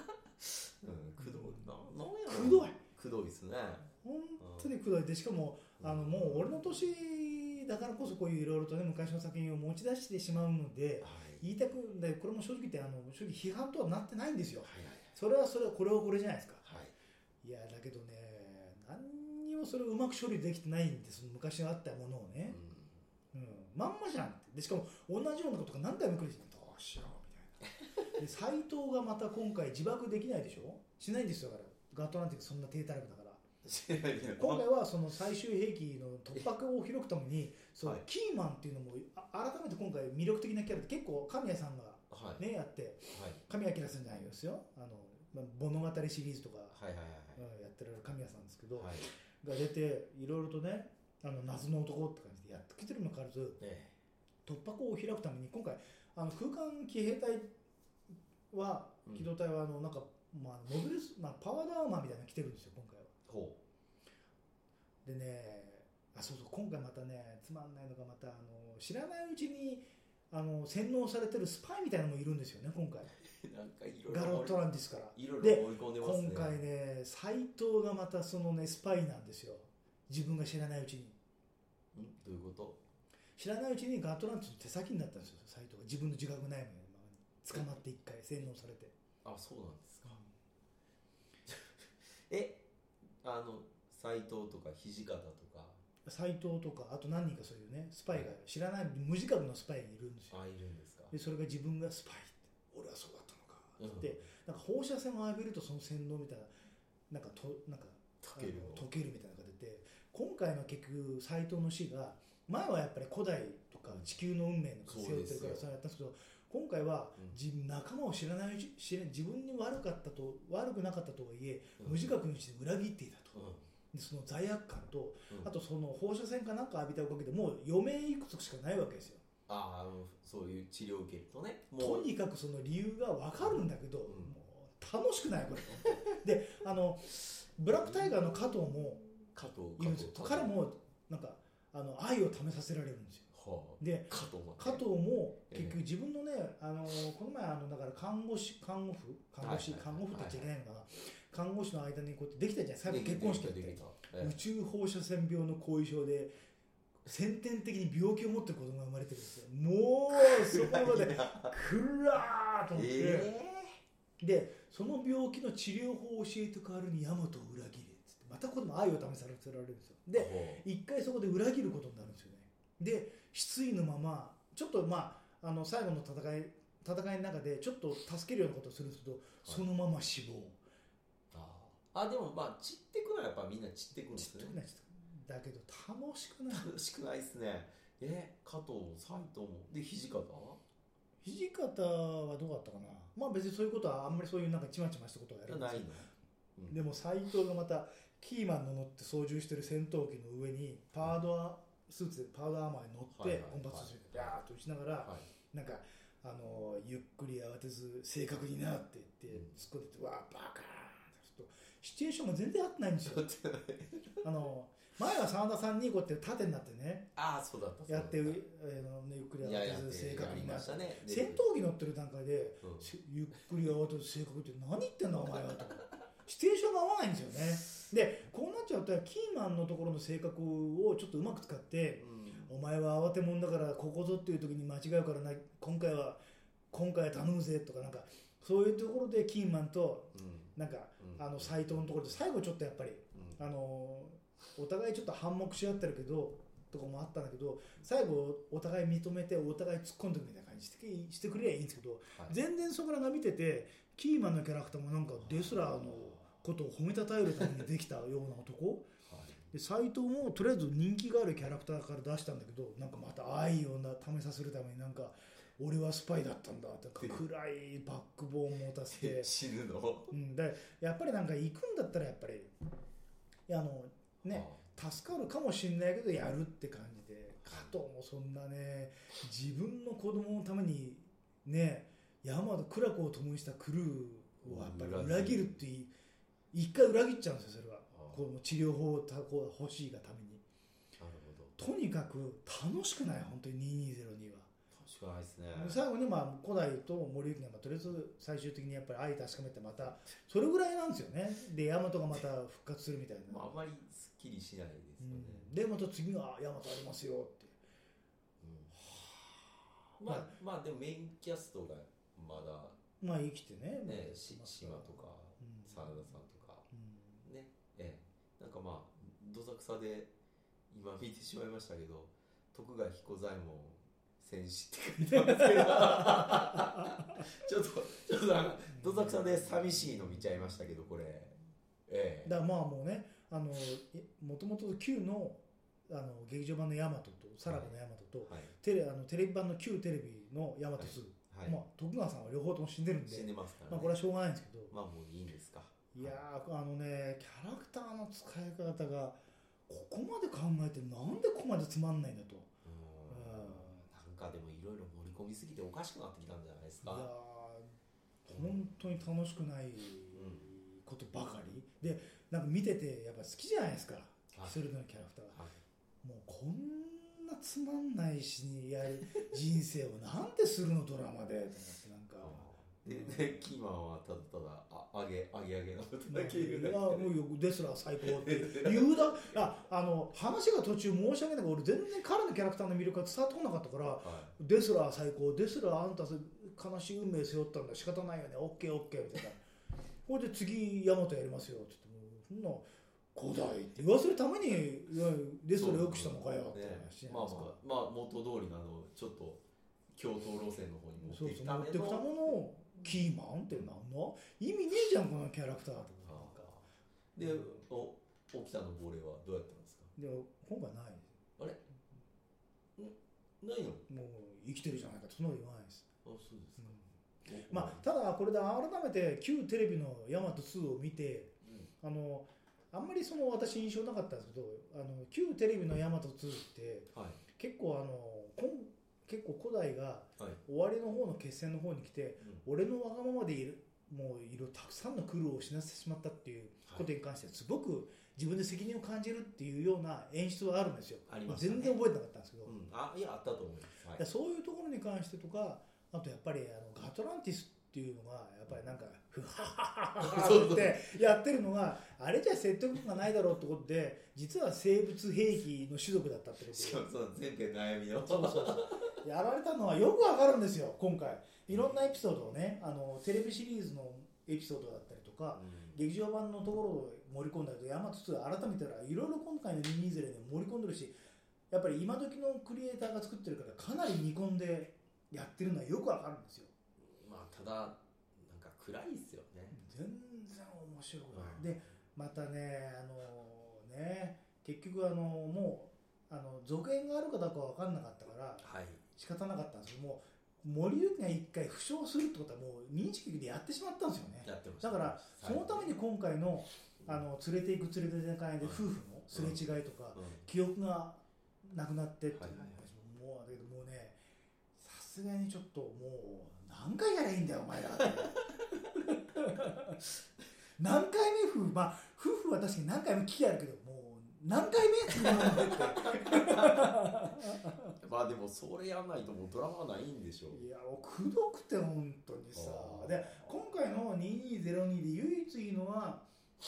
くどいですね。本当にくどいで、しかももう俺の年だからこそこういういろいろとね昔の作品を持ち出してしまうので、言いたくでこれも正直言って正直批判とはなってないんですよ。それはこれはこれじゃないですか。いやだけどね、何にもそれをうまく処理できてないんです、昔あったものをね。 まんまじゃんって。でしかも同じようなことが何回も繰り返してどうしようみたいな。で斎藤がまた今回自爆できないでしょ、しないんですよ。だからガトランティックそんな低たらくだから。今回はその最終兵器の突破口を開くためにそう、はい、キーマンっていうのも改めて今回魅力的なキャラで、結構神谷さんがね、やって、はい、神谷明さんじゃないですよ、物語シリーズとかやってる神谷さんですけど、はい、が出ていろいろとね、謎の男って感じでやってきてるにもかかわらず、突破口を開くために今回空間騎兵隊は、機動隊はなんか、モビルス、パワーダーマーみたいなの着てるんですよ今回は。でね、そうそう、今回またね、つまんないのがまた知らないうちに洗脳されてるスパイみたいなのもいるんですよね今回。 なんかいろいろガロットランティスから。 いろいろ盛り込んでますね。 今回ね、斎藤がまたそのねスパイなんですよ。自分が知らないうちに。 どういうこと？ 知らないうちにガロットランティスの手先になったんですよ斎藤が。自分の自覚ないのに捕まって一回洗脳されて。 あ、そうなんですか。斎藤とか土方とか斎藤とかあと何人かそういうねスパイが、知らない無自覚のスパイがいるんですよ。 いるんですか。 でそれが自分がスパイって、俺はそうだったのかって、なんか放射線を浴びるとその洗脳みたいな、なんか溶けるみたいなのが出て、今回の結局斎藤の死が、前はやっぱり古代とか地球の運命の背負ってるからそうやったんですけど、今回は仲間を知らないうち、自分に悪くなかったとはいえ、無自覚のうちに裏切っていたと。でその罪悪感と、あとその放射線かなんか浴びたおかげでもう余命いくつしかないわけですよ。 そういう治療を受けるとね、 とにかくその理由が分かるんだけど、もう楽しくないこれでブラックタイガーの加藤もいるんですよ。彼もなんか愛を試させられるんですよ。で加藤も結局自分のね、この前だから看護婦って言っちゃいけないのかな、看護師の間にこうやってできたじゃない、最後結婚式やって、宇宙放射線病の後遺症で先天的に病気を持ってる子供が生まれてるんですよ。もうそこまでくらーと思って、でその病気の治療法を教えて代わるにヤマトを裏切れっつって、またこれも愛を試されるんですよ。で一回そこで裏切ることになるんですよね。で失意のままちょっと最後の戦いの中でちょっと助けるようなことをするんですけど、そのまま死亡。 でも散ってくのはやっぱみんな散ってくるんですね。 だけど楽しくない。 楽しくないですね。加藤、斎藤もで土方はどうだったかな。別にそういうことはあんまりそういうなんかちまちましたことはやるんですよ。でも斎藤がまたキーマンの乗って操縦してる戦闘機の上にパードアスーツでパウダーアーマーに乗ってコンバットしてガーッと打ちながら、なんかゆっくり慌てず正確になって言って突っ込んでて、わーバカーンってシチュエーションが全然合ってないんですよ前は真田さんにこうやって縦になってね、 そうだったやってゆっくり慌てず正確になって、戦闘機乗ってる段階で、ゆっくり慌てず正確って何言ってんだお前はとシチュエーションが合わないんですよね。でこうなっちゃうとキーマンのところの性格をちょっとうまく使って、お前は慌て者だからここぞっていう時に間違うからな、今回は頼むぜとか、なんかそういうところでキーマンとなんか斎藤のところで最後ちょっとやっぱりお互いちょっと反目し合ってるけどとかもあったんだけど、最後お互い認めてお互い突っ込んでくみたいな感じしてくれりゃいいんですけど、全然そこらが見ててキーマンのキャラクターもなんかデスラーのことを褒めたたえるためにできたような男で、斎藤もとりあえず人気があるキャラクターから出したんだけど、なんかまた愛を試させるためになんか俺はスパイだったんだって暗いバックボーン持たせて死ぬの、 でやっぱりなんか行くんだったらやっぱり助かるかもしれないけどやるって感じで、加藤もそんなね自分の子供のためにね大和苦楽を共にしたクルーをやっぱり裏切るって一回裏切っちゃうんですよ。それはこの治療法を欲しいがために。 なるほど。 とにかく楽しくない本当に2202は。 楽しくないですね。 最後に古代と森行がとりあえず最終的にやっぱり愛確かめてまたそれぐらいなんですよね。で大和がまた復活するみたいな。 あんまりすっきりしないですよね。 でまた次は大和ありますよって。 でもメインキャストがまだ生きてね。 島とか真田さんとかね、なんかどさくさで今見てしまいましたけど、 徳川彦左衛門戦士って書いてますけどちょっとどさくさで寂しいの見ちゃいましたけど、これだからまあもうね、もともと旧の劇場版のヤマトとさらばのヤマトと、はい、テレビ版の旧テレビのヤマト2、はいはい、徳川さんは両方とも死んでるんで、 死んでますからね、 まあ、これはしょうがないんですけど、 まあもういいんですか。 いやキャラクターの使い方がここまで考えてなんでここまでつまんないんだと。 なんかでもいろいろ盛り込みすぎておかしくなってきたんじゃないですか。 いや本当に楽しくないことばかりで、なんか見ててやっぱ好きじゃないですか、それぞれのキャラクターが、はい、もうこんなつまんないしにやる人生をなんでするのドラマでと思って、なんかでキーマンはただただあげのことだけ言うだけ、 もうデスラー最高って言うだ話が途中申し訳ないけど、俺全然彼のキャラクターの魅力が伝わってこなかったから、はい、デスラー最高、デスラーあんた悲しい運命背負ったんだ、仕方ないよね、オッケーオッケーみたいなこれで次ヤマトやりますよって言って、もうそんな古代って言わせるためにデスラーよくしたのかよって話じゃないですか。 まあ元通りのちょっと京都路線の方に持ってきた持ってきたものをキーマンってなんの意味ねえじゃんこのキャラクターとか。 で、沖田の亡霊はどうやったんですか。 で今回ない。 あれないの。 もう生きてるじゃないかとそんなこと言わないです。 あ、そうですか。 まあただこれで改めて旧テレビのヤマト2を見て、あんまり私印象なかったんですけど、旧テレビのヤマト2って、はい、結構古代が終わりの方の決戦の方に来て、俺のわがままでもうたくさんの苦労を死なせてしまったっていうことに関してすごく自分で責任を感じるっていうような演出はあるんですよ。全然覚えてなかったんですけど、 いやあったと思います、はい、 そういうところに関してとか、あとやっぱりガトランティスっていうのがやっぱりなんかフハハハハってやってるのがあれじゃ説得力がないだろうってことで、実は生物兵器の種族だったってことで、 しかもその前編悩みのそうやられたのはよくわかるんですよ。今回いろんなエピソードをね、テレビシリーズのエピソードだったりとか、劇場版のところを盛り込んだりと、ヤマト2改めていろいろ今回の220で盛り込んでるし、やっぱり今時のクリエイターが作ってるからかなり煮込んでやってるのはよくわかるんですよ。 まあただなんか暗いですよね。 全然面白くない、でまたね結局もう続編があるかどうかわかんなかったから、はい、仕方なかったんですけども、森行が一回負傷するってことはもう認知劇でやってしまったんですよね。 やってました。 だからそのために今回の連れていく連れていかないで夫婦のすれ違いとか、記憶がなくなってっていう、もうね、さすがにちょっともう何回やればいいんだよお前らって何回目まあ夫婦は確かに何回も聞きあるけど、もう何回目ってまあでもそれやんないともうドラマがないんでしょう。 いやもうくどくて本当にさ。で今回の2202で唯一いいのは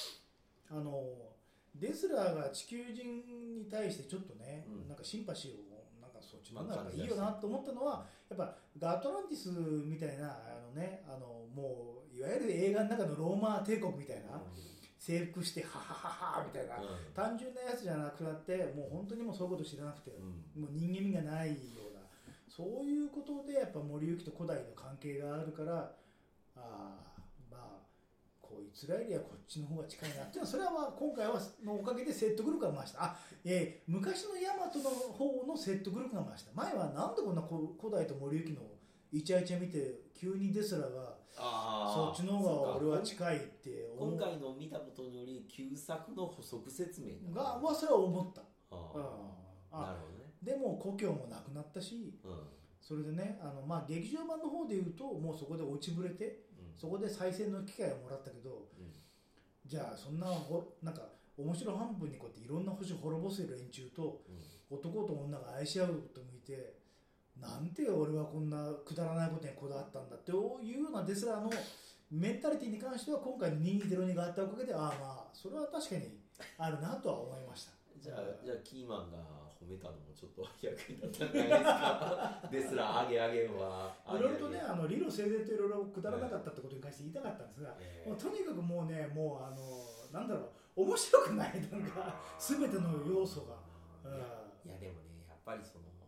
デスラーが地球人に対してちょっとね、なんかシンパシーをなんかそっちの方がいいよなと思ったのは、やっぱガトランティスみたいなもういわゆる映画の中のローマ帝国みたいな、征服してハハハハみたいな、単純なやつじゃなくなって、もう本当にもうそういうこと知らなくて、もう人間味がないような、そういうことでやっぱ森行と古代の関係があるから、まあこいつらよりはこっちの方が近いなっていうのは、それは今回はのおかげで説得力が増した。昔のヤマトの方の説得力が増した。前はなんでこんな古代と森行のイチャイチャ見て急にデスラがそっちの方が俺は近いって思う。今回の見たことにより旧作の補足説明がそれは思った。 なるほどね。 でも故郷もなくなったし、それでね劇場版の方でいうともうそこで落ちぶれて、そこで再選の機会をもらったけど、じゃあそんななんか面白半分にこうやっていろんな星を滅ぼせる連中と、男と女が愛し合うと向いて、なんて俺はこんなくだらないことにこだわったんだっていうようなデスラーのメンタリティに関しては今回の202があったおかげで、それは確かにあるなとは思いました。 じゃあキーマンが褒めたのもちょっと役に立ったんじゃないですか。ですらあげはいろいろとね理路整然といろいろくだらなかったってことに関して言いたかったんですが、もうとにかくもうねなんだろう、面白くないなんか全ての要素が。 いやでもね、やっぱりその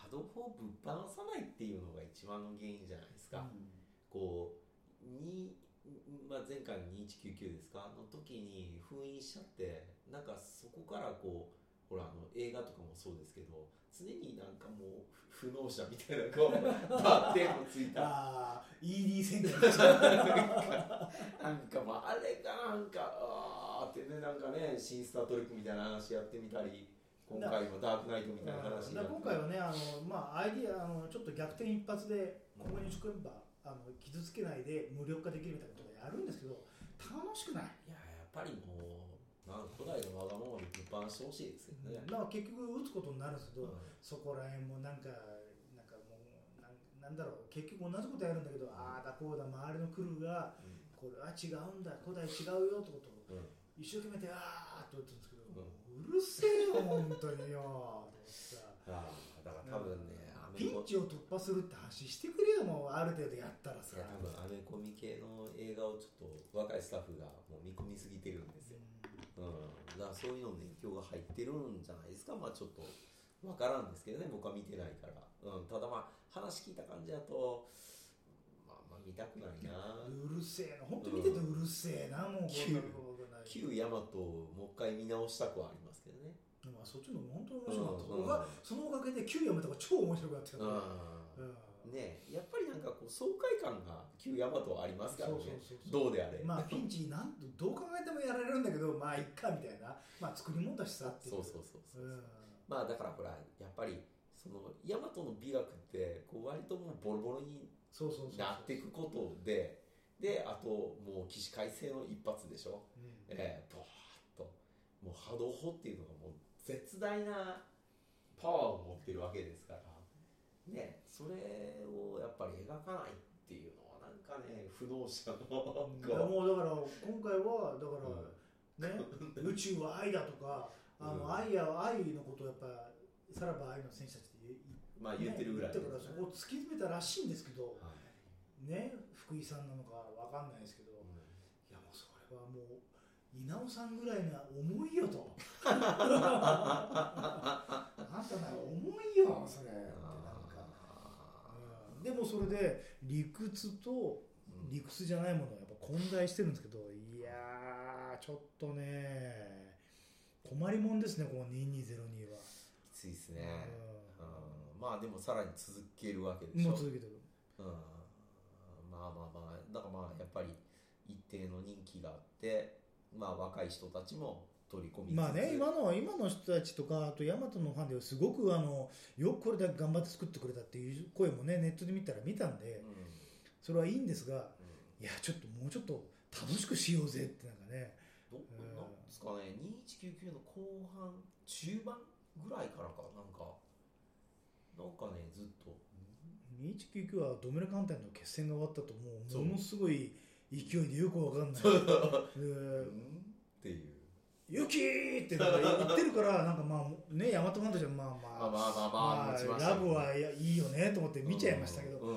波動砲をぶっ放さないっていうのが一番の原因じゃないですか、こうまあ、前回の2199ですかの時に封印しちゃって、なんかそこからこうほら映画とかもそうですけど、常になんかもう不能者みたいなこうバッテンもついた ED 戦略なんかまああれがなんかってね、なんかね新スタートレックみたいな話やってみたり、今回もダークナイトみたいな話になって、 今回はねまあ、アイディアちょっと逆転一発でここに仕組めば傷つけないで無力化できるみたいなことをやるんですけど、楽しくない。 いややっぱりもう古代のわがままでぶっ放してほしいですよね。 だから結局打つことになるんですけど、そこら辺もなんかもうなんだろう、結局同じことやるんだけど、ああだこうだ周りのクルーが、これは違うんだ、古代違うよってことを、一生懸命であーっと打つんですけど、うるせえよ本当によだから多分ね、 ピンチを突破するって話してくれよ、もうある程度やったらさ。 いや多分アメコミ系の映画をちょっと若いスタッフがもう見込みすぎてるんですよ。だからそういうのに影響が入ってるんじゃないですか。まあちょっと分からんですけどね、僕は見てないから。ただまあ話聞いた感じだと、まあ見たくないな。 うるせえな、本当に見ててうるせえな、もう旧ヤマトをもう一回見直したくはありますけどね。 まあそっちの本当に面白かった。そのおかげで旧ヤマトが超面白くなってる。 ね、やっぱりなんかこう爽快感が旧ヤマトはありますからね。どうであれ。 まあピンチどう考えてもやられるんだけど、まあいっかみたいな、まあ作り物だしさっていう。まあだからほらやっぱりそのヤマトの美学ってこう割ともうボロボロになっていくことで、あともう起死回生の一発でしょ。ボーッともう波動砲っていうのがもう絶大なパワーを持ってるわけですからね、それをやっぱり描かないっていうのはなんかね不能者のもうだから今回はだからね、宇宙は愛だとか愛のことをやっぱさらば愛の選手たちって言ってるぐらいだからそこを突き詰めたらしいんですけど、ね、福井さんなのかわかんないですけど、いやもうそれはもう稲尾さんぐらいな重いよとあんたなら重いよそれってなんか、でもそれで理屈と理屈じゃないものがやっぱ混在してるんですけど、いやーちょっとね困りもんですね、この2202は。 きついですね。まあでもさらに続けるわけでしょ。 もう続けてる。 まあだからまあやっぱり一定の人気があって、まあ若い人たちも取り込みつつ、 まあね、今の人たちとか、あとヤマトのファンではすごくよくこれだけ頑張って作ってくれたっていう声もねネットで見たんで、それはいいんですが、いやちょっともうちょっと楽しくしようぜってなんかね。 なんですかね、2199の後半中盤ぐらいからかなんかねずっと 2199はドミノ艦隊の決戦が終わったとものすごい勢いでよくわかんないっていうユキーってなんか言ってるからなんかまあねヤマトファンとしてはまあラブはいいよねと思って見ちゃいましたけど、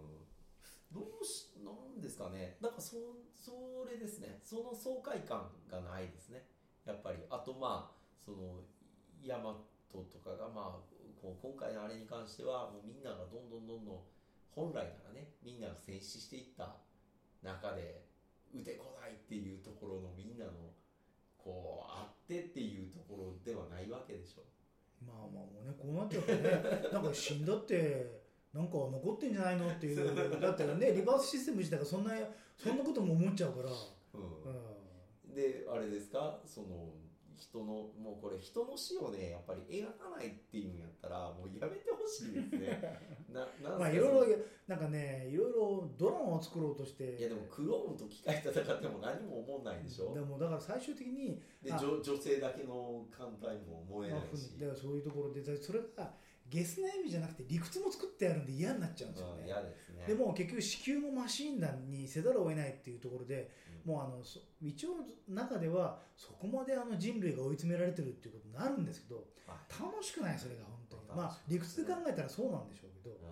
なんですかね、なんかそれですね、その爽快感がないですねやっぱり。あとまあそのヤマトとかがまあ今回のあれに関してはもうみんながどんどん本来ならねみんなが戦死していった中で打てこないっていうところのみんなのこうあってっていうところではないわけでしょ。 まあもうねこうなっちゃうとねなんか死んだってなんか残ってんじゃないのっていうだってねリバースシステム自体がそんなことも思っちゃうから、 であれですか、そのもうこれ人の死をねやっぱり描かないっていうんやったらもうやめてほしいですねまあいろいろなんかねいろいろドラマを作ろうとして、 いやでもクローンと機械戦っても何も思わないでしょ。 でもだから最終的にで女性だけの艦隊も思えないし、 だからそういうところでそれがゲスな意味じゃなくて理屈も作ってやるんで嫌になっちゃうんですよね。 嫌ですね。 でも結局子宮もマシン弾にせざるを得ないっていうところで、もう一応中ではそこまで人類が追い詰められてるっていうことになるんですけど、楽しくないそれが本当に。まあ理屈で考えたらそうなんでしょうけど、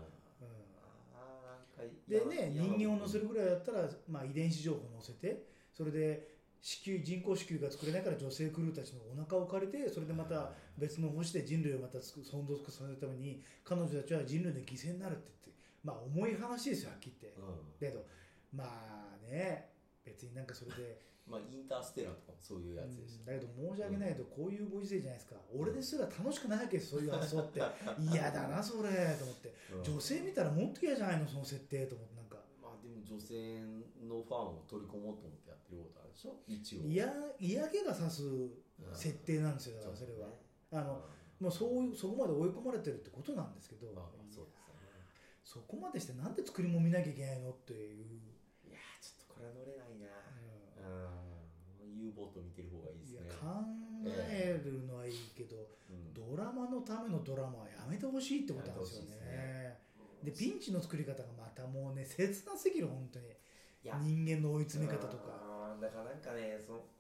でね人間を乗せるぐらいだったら、まあ、遺伝子情報を乗せてそれで人工子宮が作れないから女性クルーたちのお腹を借りて、それでまた別の星で人類をまた存続させるために彼女たちは人類の犠牲になるって言って、まあ重い話ですよ、はっきり言って。だけどまあね、別になんかそれでまあインターステラーとかもそういうやつでした、 だけど申し訳ないと、こういうご時世じゃないですか。俺ですら楽しくないわけです、そういう発想って。嫌だなそれと思って、女性見たらもっと嫌じゃないのその設定と思って。なんかまあでも女性のファンを取り込もうと思ってやってることあるでしょ、一応。 嫌気がさす設定なんですよ、だからそれは。もうそこまで追い込まれてるってことなんですけど、 そうですよね。 そこまでしてなんで作り物見なきゃいけないのっていう。 いやちょっとこれは乗れないな。U ボート見てる方がいいですね。 いや考えるのはいいけど、ドラマのためのドラマはやめてほしいってことなんですよね。でピンチの作り方がまたもうね切なすぎる、本当に。人間の追い詰め方とか。 だからなんかね、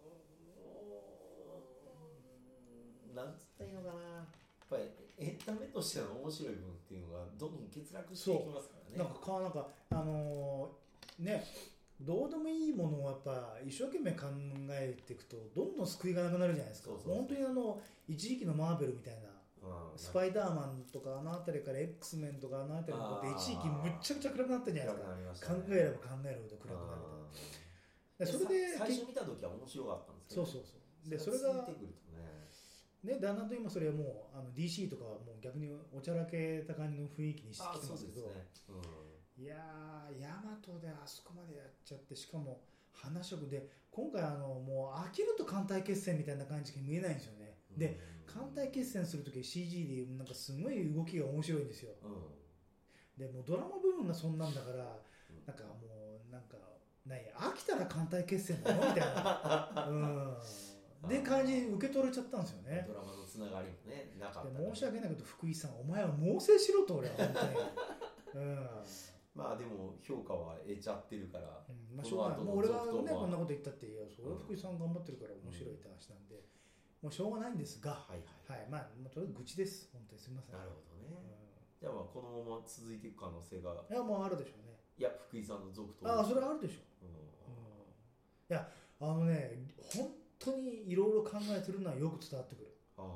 なんつったらいいのかな、やっぱりエンタメとしての面白い部分っていうのがどんどん欠落していきますからね。 なんかね、どうでもいいものをやっぱ一生懸命考えていくとどんどん救いがなくなるじゃないですか。本当に一時期のマーベルみたいな、スパイダーマンとかあの辺りから X メンとかあの辺りのって一時期むっちゃくちゃ暗くなったじゃないですか。考えれば考えるほど暗くなるみたいな。それで最初見た時は面白かったんですけど、 そうでそれがついてくるとね、だんだんと今それはもうDC とかはもう逆におちゃらけた感じの雰囲気にしてきてますけど、いやーヤマトであそこまでやっちゃって、しかも話色で今回もう飽きると艦隊決戦みたいな感じに見えないんですよね。で艦隊決戦するとき CG でなんかすごい動きが面白いんですよ。でもうドラマ部分がそんなんだから、なんかもうなんか飽きたら艦隊決戦だよみたいなで感じに受け取れちゃったんですよね。 ドラマのつながりもねなかった、 申し訳ないけど福井さんお前は猛省しろと俺は本当にまあでも評価は得ちゃってるから、 まあしょうがない。もう俺がねこんなこと言ったって、いやそれは福井さん頑張ってるから面白いって話なんで、もうしょうがないんですが、まあとりあえず愚痴です、本当にすみません。 なるほどね。じゃあまあこのまま続いていく可能性が、 いやもうあるでしょうね。 いや福井さんの続投、 それはあるでしょう。いや本当にいろいろ考えてるのはよく伝わってくる。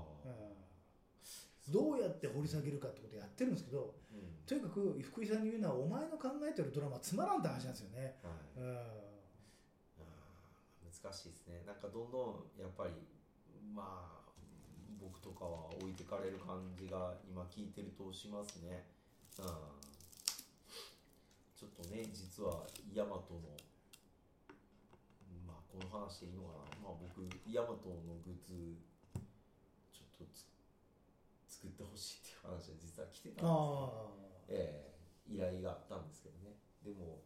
どうやって掘り下げるかってことをやってるんですけど、とにかく福井さんに言うのはお前の考えてるドラマつまらんって話なんですよね。 難しいですね。なんかどんどんやっぱりまあ僕とかは置いてかれる感じが今聞いてるとしますね。ちょっとね実はヤマトのこの話でいいのかな、僕ヤマトのグッズちょっと作ってほしいっていう話は実は来てたんですけど、依頼があったんですけどね。でも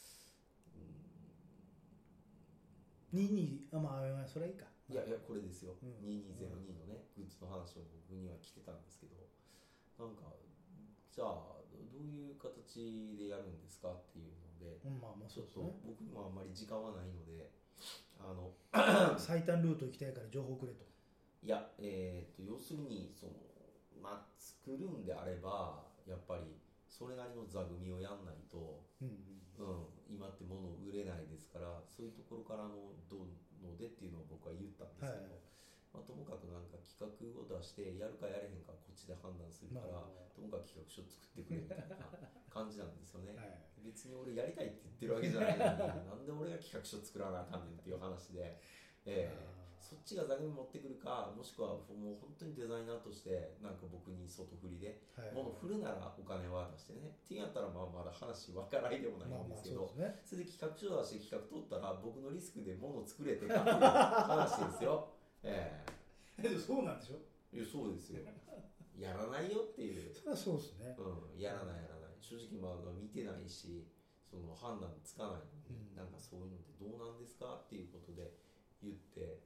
22それはいいか。 いやこれですよ、2202のねグッズの話を僕には来てたんですけど、なんかじゃあどういう形でやるんですかっていうので、ちょっと僕にもあんまり時間はないので最短ルート行きたいから情報くれと。 いや、要するに作るんであればやっぱりそれなりの座組をやんないと、今って物売れないですから、そういうところからどうのでっていうのを僕は言ったんですけど、ともかくなんか企画を出してやるかやれへんかこっちで判断するから、ともかく企画書作ってくれみたいな感じなんですよね。別に俺やりたいって言ってるわけじゃないのになんで俺が企画書作らなあかんねんっていう話で、そっちが座組持ってくるか、もしくはもう本当にデザイナーとしてなんか僕に外振りで、物振るならお金は出してねってやったらまだ話分からないでもないんですけど、それで企画書出して企画取ったら僕のリスクで物作れてかっていう話ですよ。 そうなんでしょ。 いやそうですよ。やらないよっていう。 それはそうですね。 やらない。正直見てないし、その判断つかないのに、なんかそういうのってどうなんですかっていうことで言って、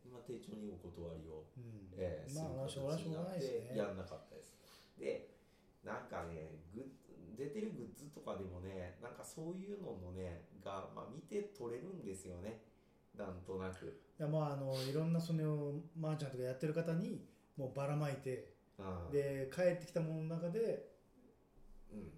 丁重にお断りを、する形になってやんなかったです。で、なんかね出てるグッズとかでもね、なんかそういうののねが、見て取れるんですよね。なんとなく。 いやいろんなそのマーチャンとかやってる方にもうばらまいて、で帰ってきたものの中で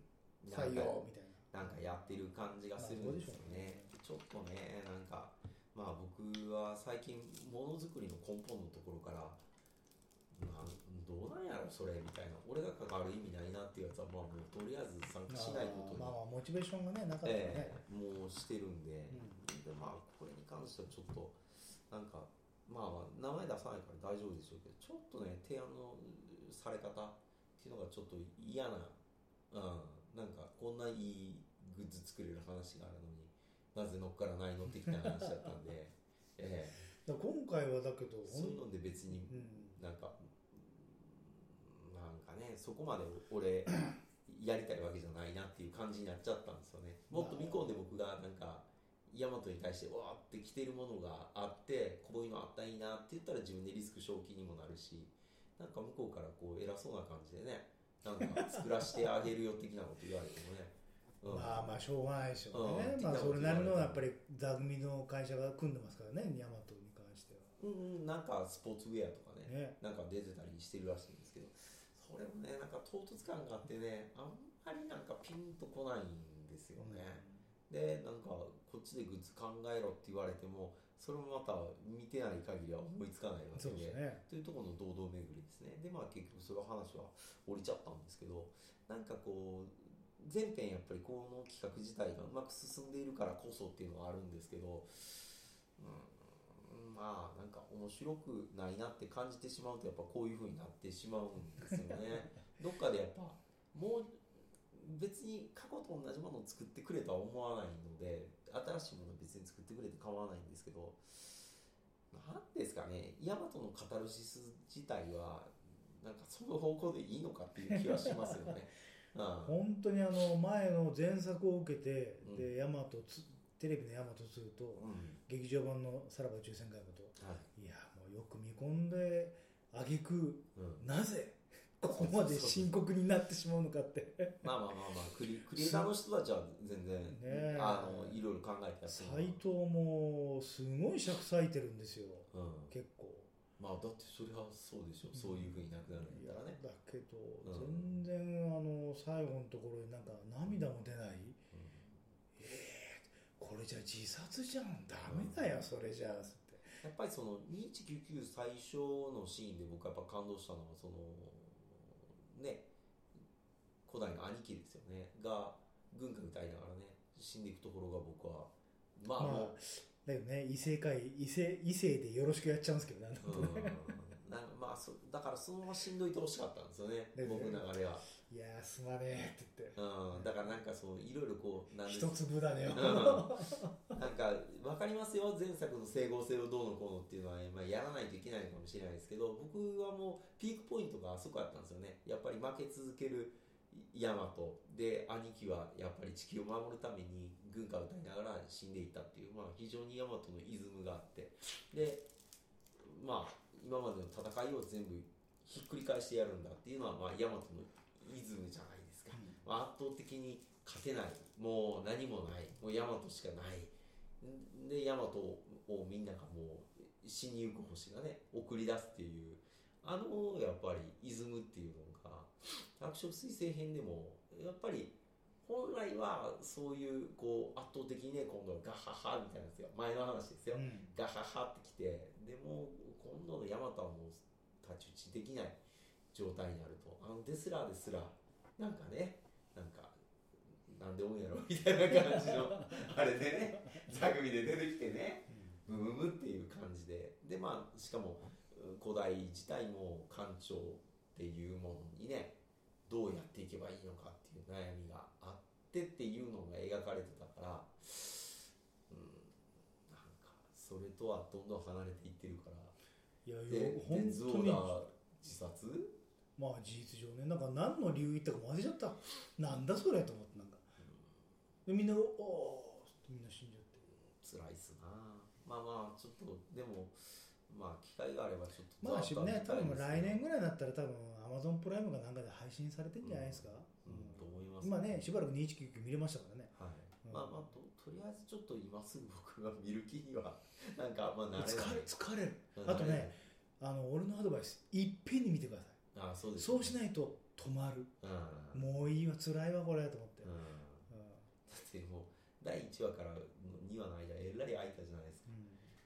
採用みたいな。 なんかやってる感じがするんですよね。ちょっとねなんかまあ僕は最近ものづくりの根本のところからどうなんやろそれみたいな、俺が関わる意味ないなっていうやつはまあもうとりあえず参加しないことに、 まあモチベーションがねなかったらね、 もうしてるんで、でまあこれに関してはちょっとなんかまあ名前出さないから大丈夫でしょうけど、ちょっとね提案のされ方っていうのがちょっと嫌な、なんかこんないいグッズ作れる話があるのになぜ乗っからないの的な話だったんで、 今回はだけどそういうので別になんかね、そこまで俺やりたいわけじゃないなっていう感じになっちゃったんですよね。もっと見込んで僕がなんかヤマトに対してわーって着てるものがあってこういうのあったらいいなって言ったら自分でリスク承知にもなるし、なんか向こうからこう偉そうな感じでね、なんか作らせてあげるよ的なこと言われてもね、 まあしょうがないでしょうね、まあそれなりのやっぱり座組の会社が組んでますからね、ヤマトに関しては。 なんかスポーツウェアとかね、なんか出てたりしてるらしいんですけど、それもねなんか唐突感があってね、あんまりなんかピンとこないんですよね、でなんかこっちでグッズ考えろって言われてもそれもまた見てない限りは思いつかないわけで、というところの堂々巡りですね。でまあ結局その話は降りちゃったんですけど、なんかこう前編やっぱりこの企画自体がうまく進んでいるからこそっていうのはあるんですけど、まあなんか面白くないなって感じてしまうとやっぱこういう風になってしまうんですよねどっかでやっぱもう別に過去と同じものを作ってくれとは思わないので、新しいものを別に作ってくれて構わないんですけど、なんですかね、ヤマトのカタルシス自体はなんかその方向でいいのかっていう気はしますよね本当に前の前作を受けて、でヤマトテレビのヤマト2と、劇場版のさらば宇宙戦艦ヤマト、いやもうよく見込んであげく、なぜここまで深刻になってしまうのかってまあクリエイターの人たちは全然いろいろ考えてやってる。 斎藤もすごい尺割いてるんですよ、結構。 まあだってそれはそうでしょう、そういうふうになくなるんだからね。 だけど、全然最後のところになんか涙も出ない、これじゃ自殺じゃん、ダメだよ、それじゃあって。 やっぱりその2199最初のシーンで僕はやっぱ感動したのはそのね、古代の兄貴ですよねが軍歌歌いながらね死んでいくところが僕はまあだよね、異性でよろしくやっちゃうんですけどね、 まあだからそのまましんどいてほしかったんですよね、僕の流れは。 いやーすまねえって言って、 だからなんかそういろいろこう一粒だねよ、 なんか分かりますよ、前作の整合性をどうのこうのっていうのは、まあ、やらないといけないのかもしれないですけど、僕はもうピークポイントがあそこだったんですよね。やっぱり負け続けるヤマトで、兄貴はやっぱり地球を守るために軍歌を歌いながら死んでいったっていう、まあ、非常にヤマトのイズムがあって、でまあ今までの戦いを全部ひっくり返してやるんだっていうのは、まあ、ヤマトのイズムじゃないですか、圧倒的に勝てない、もう何もない、もうヤマトしかないで、ヤマトをみんながもう死にゆく星がね送り出すっていう、やっぱりイズムっていうのがアクション彗星編でもやっぱり本来はそういうこう圧倒的にね、今度はガハハみたいなんですよ、前の話ですよ、ガハハってきて、でも今度のヤマトはもう太刀打ちできない状態になると、ですらなんかね、なんでもんやろみたいな感じのあれでね、座組で出てきてね、ブブブっていう感じで、でまあしかも古代自体も官庁っていうものにねどうやっていけばいいのかっていう悩みがあってっていうのが描かれてたから、なんかそれとはどんどん離れていってるから、 いや本当に自殺、 まあ事実上ね、なんか何の理由言ったか忘れちゃった、なんだそれと思って、なんかでみんなみんな死んじゃって、 辛いっすな。まあちょっとでもまあ機会があればちょっとまあね、多分来年ぐらいになったら多分 Amazon プライムがなんかで配信されてるんじゃないですか、 と思います、 今ねしばらく2199見れましたからね、 まあとりあえずちょっと今すぐ僕が見る気にはなんかあんまなれない、 疲れる、あとね俺のアドバイス、いっぺんに見てください。 そうです、 そうしないと止まる、もういいわ、辛いわこれと思って、だってもう第1話から2話の間えらい空いたじゃないですか、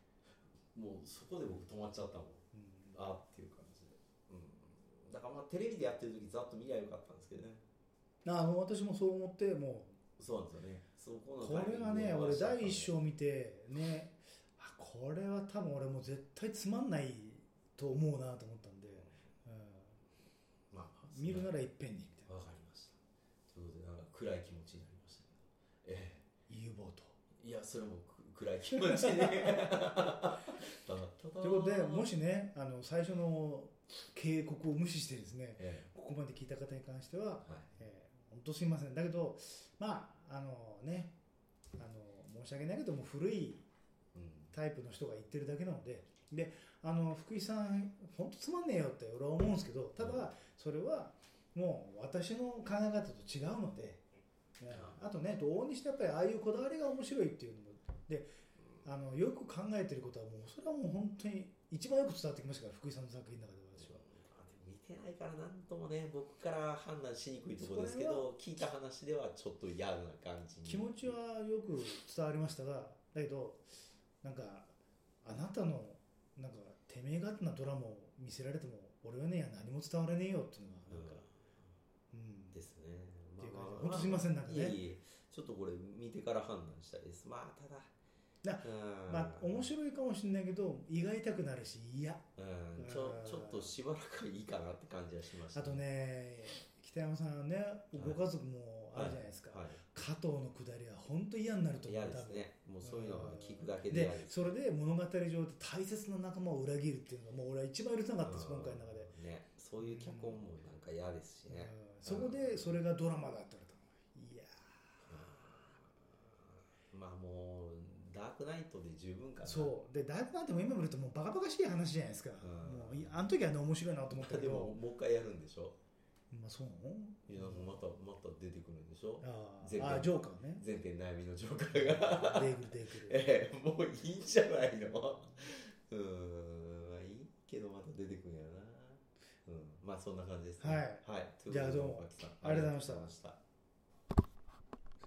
もうそこで僕止まっちゃったもん、あっていう感じで、だからまあテレビでやってる時ざっと見りゃよかったんですけどね。 私もそう思って、もうそうなんですよね。そこのこれがね、俺第一章見てね、これは多分俺も絶対つまんないと思うなと思ったんで、まあ、見るならいっぺんにみたいな。 わかりました。ということでなんか暗い気持ちになりましたけど、 U ボート。 いやそれも暗い気持ちで。 ということで、もしね最初の警告を無視してですね、ここまで聞いた方に関しては、本当すいません。だけどまあ申し訳ないけども古いタイプの人が言ってるだけなので、福井さん本当つまんねえよって俺は思うんですけど、ただそれはもう私の考え方と違うので、あとね、往々にしてやっぱりああいうこだわりが面白いっていうのもで、よく考えてることはもうそれはもう本当に一番よく伝わってきましたから、福井さんの作品の中で私は。 見てないからなんともね、僕から判断しにくいところですけど、聞いた話ではちょっと嫌な感じに。 気持ちはよく伝わりましたが、だけどなんかあなたのなんかてめえ勝手なドラマを見せられても俺はね何も伝われねえよっていうのがなんか、 ですね。 っていう感じで、本当すいませんなんかね。 いえちょっとこれ見てから判断したいです。まあただ。 面白いかもしれないけど胃が痛くなるし嫌、 ちょっとしばらくいいかなって感じはしました、 あとね、北山さんね、ご家族もあるじゃないですか、加藤のくだりは本当嫌になると思う。 嫌ですね。もうそういうのは聞くだけで嫌です。 それで物語上で大切な仲間を裏切るっていうのがもう俺は一番許せなかったです、今回の中でね。そういう脚本もなんか嫌ですしね、 そこでそれがドラマだって言われたの。いやまあもうダークナイトで十分かな。 そうで、ダークナイトも今見るともうバカバカしい話じゃないですか、もうあの時はね面白いなと思ったけどでももう一回やるんでしょ。 まあそうなの。 いやまた出てくるんでしょ。 ジョーカーね。 前編悩みのジョーカーがデイグルもういいんじゃないの。いいけどまた出てくるんやな。まあそんな感じですね。 はい。じゃあどうもありがとうございました。